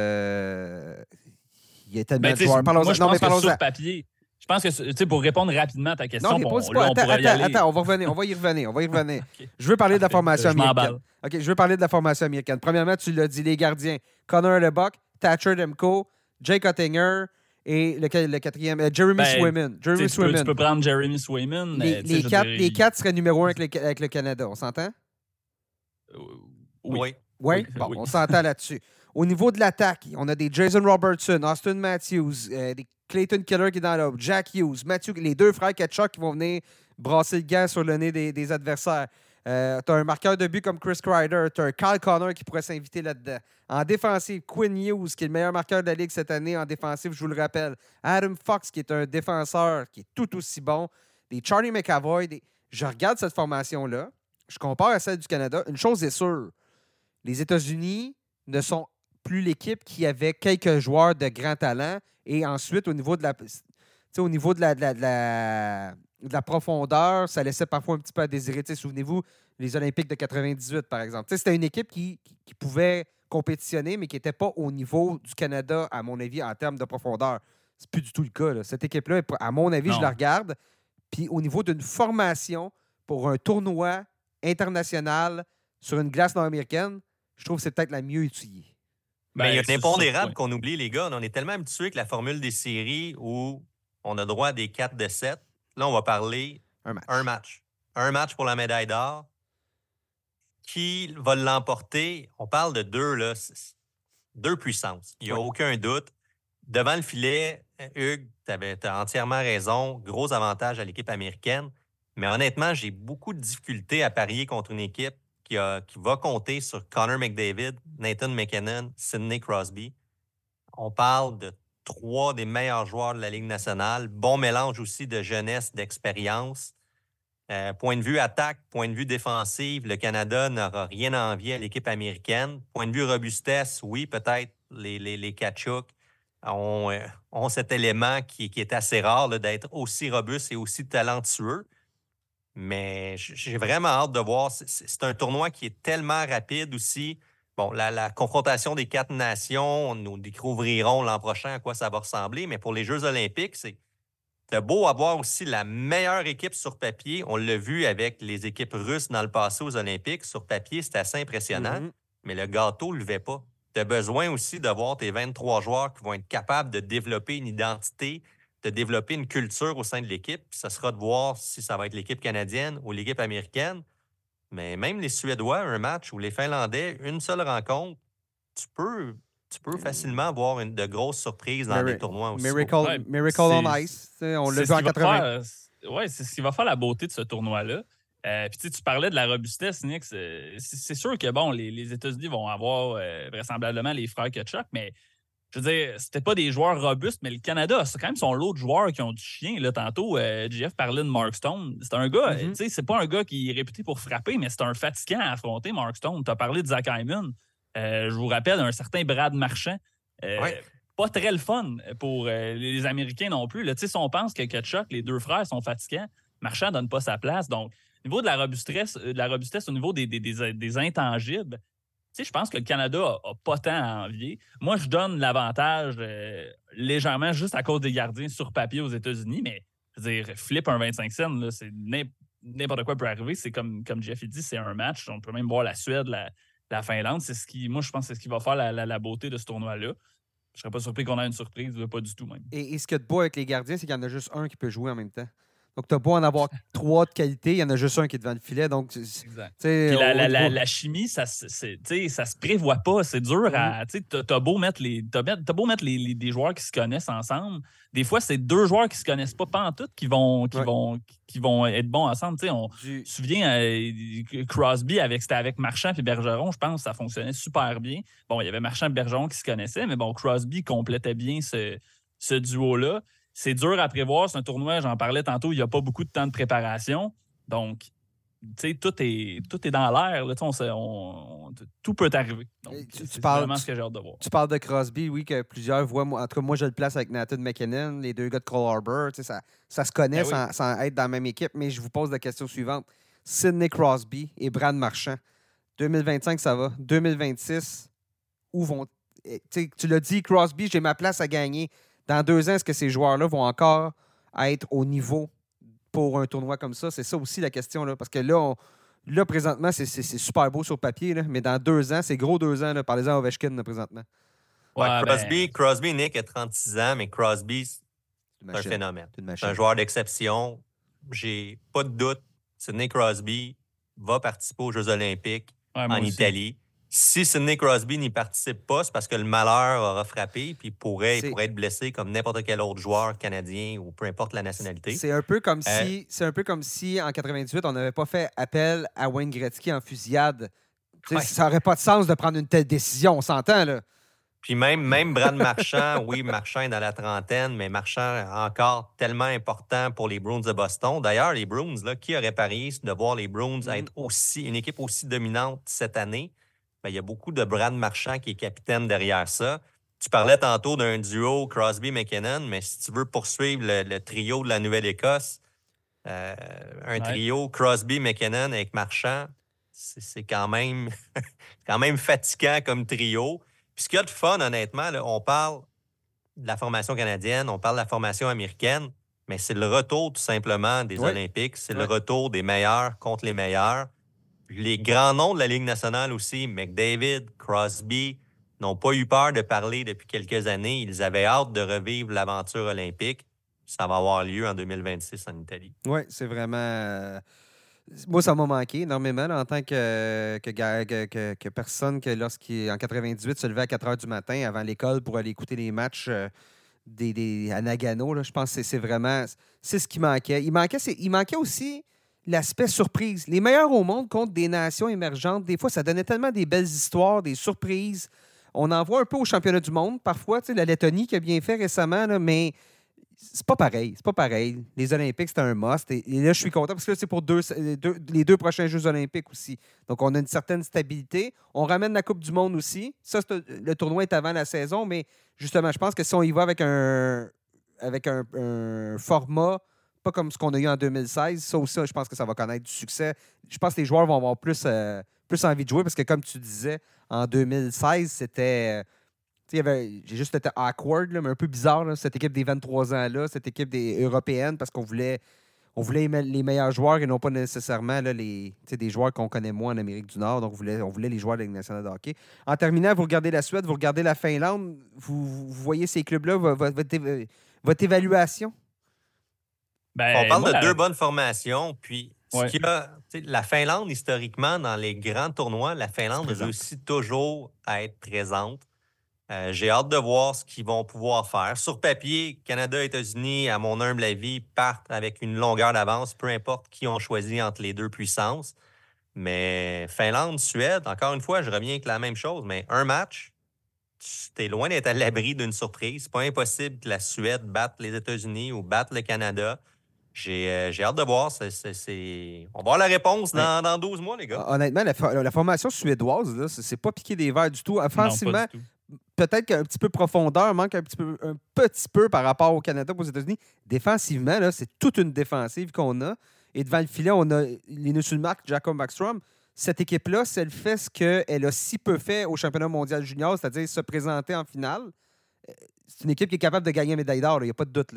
euh, il y a tellement ben, de joueurs. Parlons moi, je non, pense mais que sur papier, je pense que, pour répondre rapidement à ta question, non, on, pas, là, on attends, pourrait y attends, aller. attends, on va revenir, on va y revenir, on va y revenir. Okay. Je veux parler Parfait. de la formation je américaine. OK, je veux parler de la formation américaine. Premièrement, tu l'as dit, les gardiens. Connor Hellebuck, Thatcher Demko, Jake Ottinger et le, le quatrième, euh, Jeremy ben, Swayman. Jeremy tu, peux, tu peux prendre Jeremy Swayman. Les, les, quatre, dirais, les quatre seraient numéro un avec le, avec le Canada, on s'entend? Euh, oui. Oui? oui? Bon, oui. on s'entend là-dessus. Au niveau de l'attaque, on a des Jason Robertson, Austin Matthews, euh, des Clayton Keller qui est dans l'autre, Jack Hughes, Matthew, les deux frères Ketchuk qui vont venir brasser le gant sur le nez des, des adversaires. Euh, tu as un marqueur de but comme Chris Kreider, tu as un Kyle Connor qui pourrait s'inviter là-dedans. En défensive, Quinn Hughes, qui est le meilleur marqueur de la Ligue cette année en défensive, je vous le rappelle. Adam Fox, qui est un défenseur qui est tout aussi bon. Des Charlie McAvoy. Des... Je regarde cette formation-là, je compare à celle du Canada. Une chose est sûre, les États-Unis ne sont plus l'équipe qui avait quelques joueurs de grand talent. Et ensuite, au niveau de la, au niveau de la, de la, de la, de la profondeur, ça laissait parfois un petit peu à désirer. T'sais, souvenez-vous, les Olympiques de quatre-vingt-dix-huit, par exemple. T'sais, c'était une équipe qui, qui, qui pouvait compétitionner, mais qui n'était pas au niveau du Canada, à mon avis, en termes de profondeur. C'est plus du tout le cas. Là. Cette équipe-là, à mon avis, non. je la regarde. Puis au niveau d'une formation pour un tournoi international sur une glace nord-américaine, je trouve que c'est peut-être la mieux utilisée. Ben, il y a un impondérable qu'on oublie, les gars. On est tellement habitués avec la formule des séries où on a droit à des quatre de sept. Là, on va parler un match. Un match, un match pour la médaille d'or. Qui va l'emporter? On parle de deux, là. Deux puissances. Il n'y a oui. aucun doute. Devant le filet, Hugues, tu as entièrement raison. Gros avantage à l'équipe américaine. Mais honnêtement, j'ai beaucoup de difficultés à parier contre une équipe Qui, a, qui va compter sur Connor McDavid, Nathan McKinnon, Sidney Crosby. On parle de trois des meilleurs joueurs de la Ligue nationale. Bon mélange aussi de jeunesse, d'expérience. Euh, point de vue attaque, point de vue défensive, le Canada n'aura rien à envier à l'équipe américaine. Point de vue robustesse, oui, peut-être les, les, les Tkachuk ont, euh, ont cet élément qui, qui est assez rare là, d'être aussi robuste et aussi talentueux. Mais j'ai vraiment hâte de voir. C'est, c'est un tournoi qui est tellement rapide aussi. Bon, la, la confrontation des quatre nations, nous découvrirons l'an prochain à quoi ça va ressembler. Mais pour les Jeux olympiques, c'est C'est beau avoir aussi la meilleure équipe sur papier. On l'a vu avec les équipes russes dans le passé aux Olympiques. Sur papier, c'était assez impressionnant, Mm-hmm. mais le gâteau ne levait pas. Tu as besoin aussi de voir tes vingt-trois joueurs qui vont être capables de développer une identité, de développer une culture au sein de l'équipe. Puis ça sera de voir si ça va être l'équipe canadienne ou l'équipe américaine. Mais même les Suédois, un match, ou les Finlandais, une seule rencontre, tu peux... Tu peux facilement avoir une, de grosses surprises dans Miracle, des tournois aussi. Miracle, Ouais, Miracle on Ice. On l'a vu en quatre-vingts. Oui, c'est ce qui va faire la beauté de ce tournoi-là. Euh, Puis tu parlais de la robustesse, Nick. C'est, c'est sûr que bon, les, les États-Unis vont avoir euh, vraisemblablement les frères Tkachuk, mais je veux dire, c'était pas des joueurs robustes, mais le Canada, c'est quand même son lot de joueurs qui ont du chien. Là, tantôt, euh, J F parlait de Mark Stone. C'est un gars, mm-hmm. tu sais, c'est pas un gars qui est réputé pour frapper, mais c'est un fatigant à affronter, Mark Stone. Tu as parlé de Zach Hyman. Euh, je vous rappelle un certain Brad Marchand. Euh, ouais. Pas très le fun pour euh, les Américains non plus. Là, si on pense que Tkachuk, les deux frères, sont fatigants, Marchand ne donne pas sa place. Donc, au niveau de la robustesse, de la robustesse au niveau des, des, des, des intangibles, je pense que le Canada n'a pas tant à envier. Moi, je donne l'avantage euh, légèrement juste à cause des gardiens sur papier aux États-Unis, mais je veux dire, flip un vingt-cinq cents, là, c'est n'importe quoi peut arriver. C'est comme, comme Jeff dit, c'est un match. On peut même voir la Suède, la, la Finlande. C'est ce qui, moi, je pense que c'est ce qui va faire la, la, la beauté de ce tournoi-là. Je ne serais pas surpris qu'on ait une surprise, pas du tout même. Et, et ce qu'il y a de beau avec les gardiens, c'est qu'il y en a juste un qui peut jouer en même temps. Donc, tu as beau en avoir trois de qualité, il y en a juste un qui est devant le filet. Donc, exact. Puis la, la, la, la chimie, ça, c'est, ça se prévoit pas. C'est dur à. Tu as beau mettre, les, t'as beau mettre les, les, des joueurs qui se connaissent ensemble. Des fois, c'est deux joueurs qui se connaissent pas pantoute qui vont, qui, ouais. vont, qui vont être bons ensemble. T'sais, on du... se souvient euh, Crosby, avec, c'était avec Marchand et Bergeron, je pense que ça fonctionnait super bien. Bon, il y avait Marchand et Bergeron qui se connaissaient, mais bon, Crosby complétait bien ce, ce duo-là. C'est dur à prévoir. C'est un tournoi, j'en parlais tantôt, il n'y a pas beaucoup de temps de préparation. Donc, tu sais, tout est, tout est dans l'air. Là, on, on, on, tout peut arriver. Donc, tu, c'est tu parles, vraiment ce que j'ai hâte de voir. Tu parles de Crosby, oui, que plusieurs voient. En tout cas, moi, je le place avec Nathan McKinnon, les deux gars de Cole Harbour. Ça, ça se connaît ben sans, oui. sans être dans la même équipe. Mais je vous pose la question suivante. Sidney Crosby et Brad Marchand, deux mille vingt-cinq, ça va. deux mille vingt-six, où vont... T'sais, tu l'as dit, Crosby, j'ai ma place à gagner. Dans deux ans, est-ce que ces joueurs-là vont encore être au niveau pour un tournoi comme ça? C'est ça aussi la question, là. Parce que là, on, là présentement, c'est, c'est, c'est super beau sur papier, là, mais dans deux ans, c'est gros deux ans, là, parlez-en à Ovechkin, là, présentement. Ouais, ouais, Crosby, ben... Crosby, Nick a trente-six ans, mais Crosby, c'est un phénomène. C'est, c'est un joueur d'exception. J'ai pas de doute. Sidney Crosby va participer aux Jeux olympiques ouais, en aussi. Italie. Si Sidney Crosby n'y participe pas, c'est parce que le malheur aura frappé puis il pourrait, il pourrait être blessé comme n'importe quel autre joueur canadien ou peu importe la nationalité. C'est un peu comme euh... si, c'est un peu comme si en quatre-vingt-dix-huit, on n'avait pas fait appel à Wayne Gretzky en fusillade. Ouais. Ça n'aurait pas de sens de prendre une telle décision, on s'entend, là. Puis même, même Brad Marchand, oui, Marchand est dans la trentaine, mais Marchand encore tellement important pour les Bruins de Boston. D'ailleurs, les Bruins, là, qui aurait parié de voir les Bruins mm. être aussi une équipe aussi dominante cette année? Bien, il y a beaucoup de Brad Marchand qui est capitaine derrière ça. Tu parlais tantôt d'un duo Crosby-McKinnon, mais si tu veux poursuivre le, le trio de la Nouvelle-Écosse, euh, un ouais. trio Crosby-McKinnon avec Marchand, c'est, c'est quand même quand même fatigant comme trio. Puis ce qu'il y a de fun, honnêtement, là, on parle de la formation canadienne, on parle de la formation américaine, mais c'est le retour tout simplement des oui. Olympiques, c'est oui. le retour des meilleurs contre les meilleurs. Les grands noms de la Ligue nationale aussi, McDavid, Crosby, n'ont pas eu peur de parler depuis quelques années. Ils avaient hâte de revivre l'aventure olympique. Ça va avoir lieu en deux mille vingt-six en Italie. Oui, c'est vraiment... Moi, ça m'a manqué énormément là, en tant que, que, que, que, que personne que lorsqu'en quatre-vingt-dix-huit se levait à quatre heures du matin avant l'école pour aller écouter les matchs euh, des, des, à Nagano. Là, je pense que c'est, c'est vraiment... C'est ce qui manquait. Il manquait, c'est, il manquait aussi... l'aspect surprise. Les meilleurs au monde contre des nations émergentes, des fois, ça donnait tellement des belles histoires, des surprises. On en voit un peu au championnat du monde, parfois, tu sais, la Lettonie qui a bien fait récemment, là, mais c'est pas pareil. C'est pas pareil. Les Olympiques, c'était un must. Et, et là, je suis content parce que là, c'est pour deux, deux, les deux prochains Jeux olympiques aussi. Donc, on a une certaine stabilité. On ramène la Coupe du monde aussi. Ça, c'est, le tournoi est avant la saison, mais justement, je pense que si on y va avec un, avec un, un format pas comme ce qu'on a eu en deux mille seize, ça aussi, je pense que ça va connaître du succès. Je pense que les joueurs vont avoir plus, euh, plus envie de jouer parce que, comme tu disais, en deux mille seize, c'était... Il y avait, j'ai juste été awkward, là, mais un peu bizarre, là, cette équipe des vingt-trois ans-là, cette équipe des européennes, parce qu'on voulait, on voulait les meilleurs joueurs et non pas nécessairement là, les, des joueurs qu'on connaît moins en Amérique du Nord. Donc, on voulait, on voulait les joueurs de la Ligue nationale de hockey. En terminant, vous regardez la Suède, vous regardez la Finlande, vous, vous voyez ces clubs-là, votre, votre, votre évaluation? Ben, on parle moi, de la... deux bonnes formations, puis ce ouais. qu'il y a, la Finlande, historiquement, dans les grands tournois, la Finlande réussit toujours à être présente. Euh, j'ai hâte de voir ce qu'ils vont pouvoir faire. Sur papier, Canada et États-Unis, à mon humble avis, partent avec une longueur d'avance, peu importe qui on choisit entre les deux puissances. Mais Finlande, Suède, encore une fois, je reviens avec la même chose, mais un match, tu es loin d'être à l'abri d'une surprise. C'est pas impossible que la Suède batte les États-Unis ou batte le Canada. J'ai, euh, j'ai hâte de voir. C'est, c'est, c'est... On va avoir la réponse dans, dans douze mois, les gars. Honnêtement, la, la formation suédoise, là, c'est pas piqué des verres du tout. Offensivement, non, pas du tout. Peut-être qu'un petit peu profondeur, manque un petit peu, un petit peu par rapport au Canada, aux États-Unis. Défensivement, là, c'est toute une défensive qu'on a. Et devant le filet, on a Linus Ullmark, Jacob Backstrom. Cette équipe-là, si elle fait ce qu'elle a si peu fait au championnat mondial junior, c'est-à-dire se présenter en finale, c'est une équipe qui est capable de gagner une médaille d'or. Il n'y a pas de doute, là.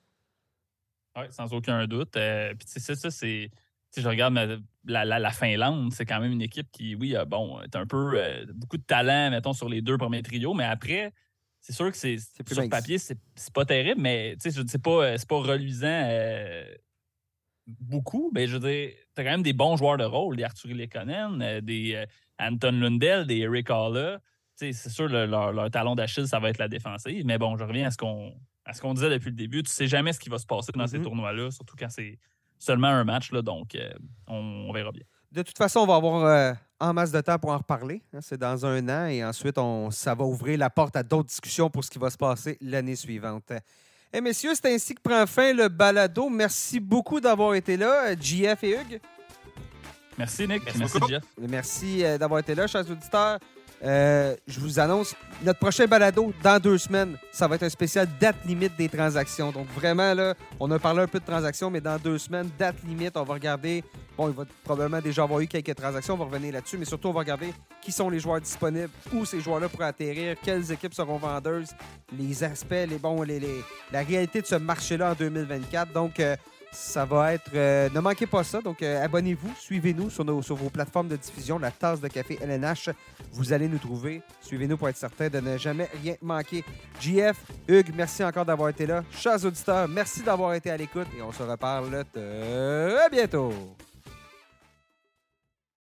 Oui, sans aucun doute. Euh, puis tu sais, ça, c'est... Si je regarde ma, la, la, la Finlande, c'est quand même une équipe qui, oui, a, bon, est un peu... Euh, beaucoup de talent, mettons, sur les deux premiers trios, mais après, c'est sûr que c'est, c'est sur papier, c'est, c'est pas terrible, mais tu sais, c'est pas, c'est pas reluisant euh, beaucoup. Mais je veux dire, t'as quand même des bons joueurs de rôle, des Artturi Lekonen, euh, des euh, Anton Lundell, des Erik Haula. Tu sais, c'est sûr, le, leur, leur talon d'Achille, ça va être la défensive. Mais bon, je reviens à ce qu'on, à ce qu'on disait depuis le début. Tu sais jamais ce qui va se passer dans mm-hmm. ces tournois-là, surtout quand c'est seulement un match, là, donc euh, on, on verra bien. De toute façon, on va avoir euh, en masse de temps pour en reparler. Hein, c'est dans un an et ensuite, on, ça va ouvrir la porte à d'autres discussions pour ce qui va se passer l'année suivante. Et messieurs, c'est ainsi que prend fin le balado. Merci beaucoup d'avoir été là, J F et Hugues. Merci, Nick. Merci, Merci Jeff. Merci euh, d'avoir été là, chers auditeurs. Euh, je vous annonce notre prochain balado dans deux semaines. Ça va être un spécial date limite des transactions. Donc vraiment, là, on a parlé un peu de transactions, mais dans deux semaines, date limite, on va regarder. Bon, il va probablement déjà avoir eu quelques transactions, on va revenir là-dessus, mais surtout, on va regarder qui sont les joueurs disponibles, où ces joueurs-là pourraient atterrir, quelles équipes seront vendeuses, les aspects, les bons, les, les, la réalité de ce marché-là en deux mille vingt-quatre. Donc, euh, ça va être... Euh, ne manquez pas ça. Donc, euh, abonnez-vous, suivez-nous sur, nos, sur vos plateformes de diffusion, la tasse de café L N H. Vous allez nous trouver. Suivez-nous pour être certain de ne jamais rien manquer. J F, Hugues, merci encore d'avoir été là. Chers auditeurs, merci d'avoir été à l'écoute et on se reparle très bientôt.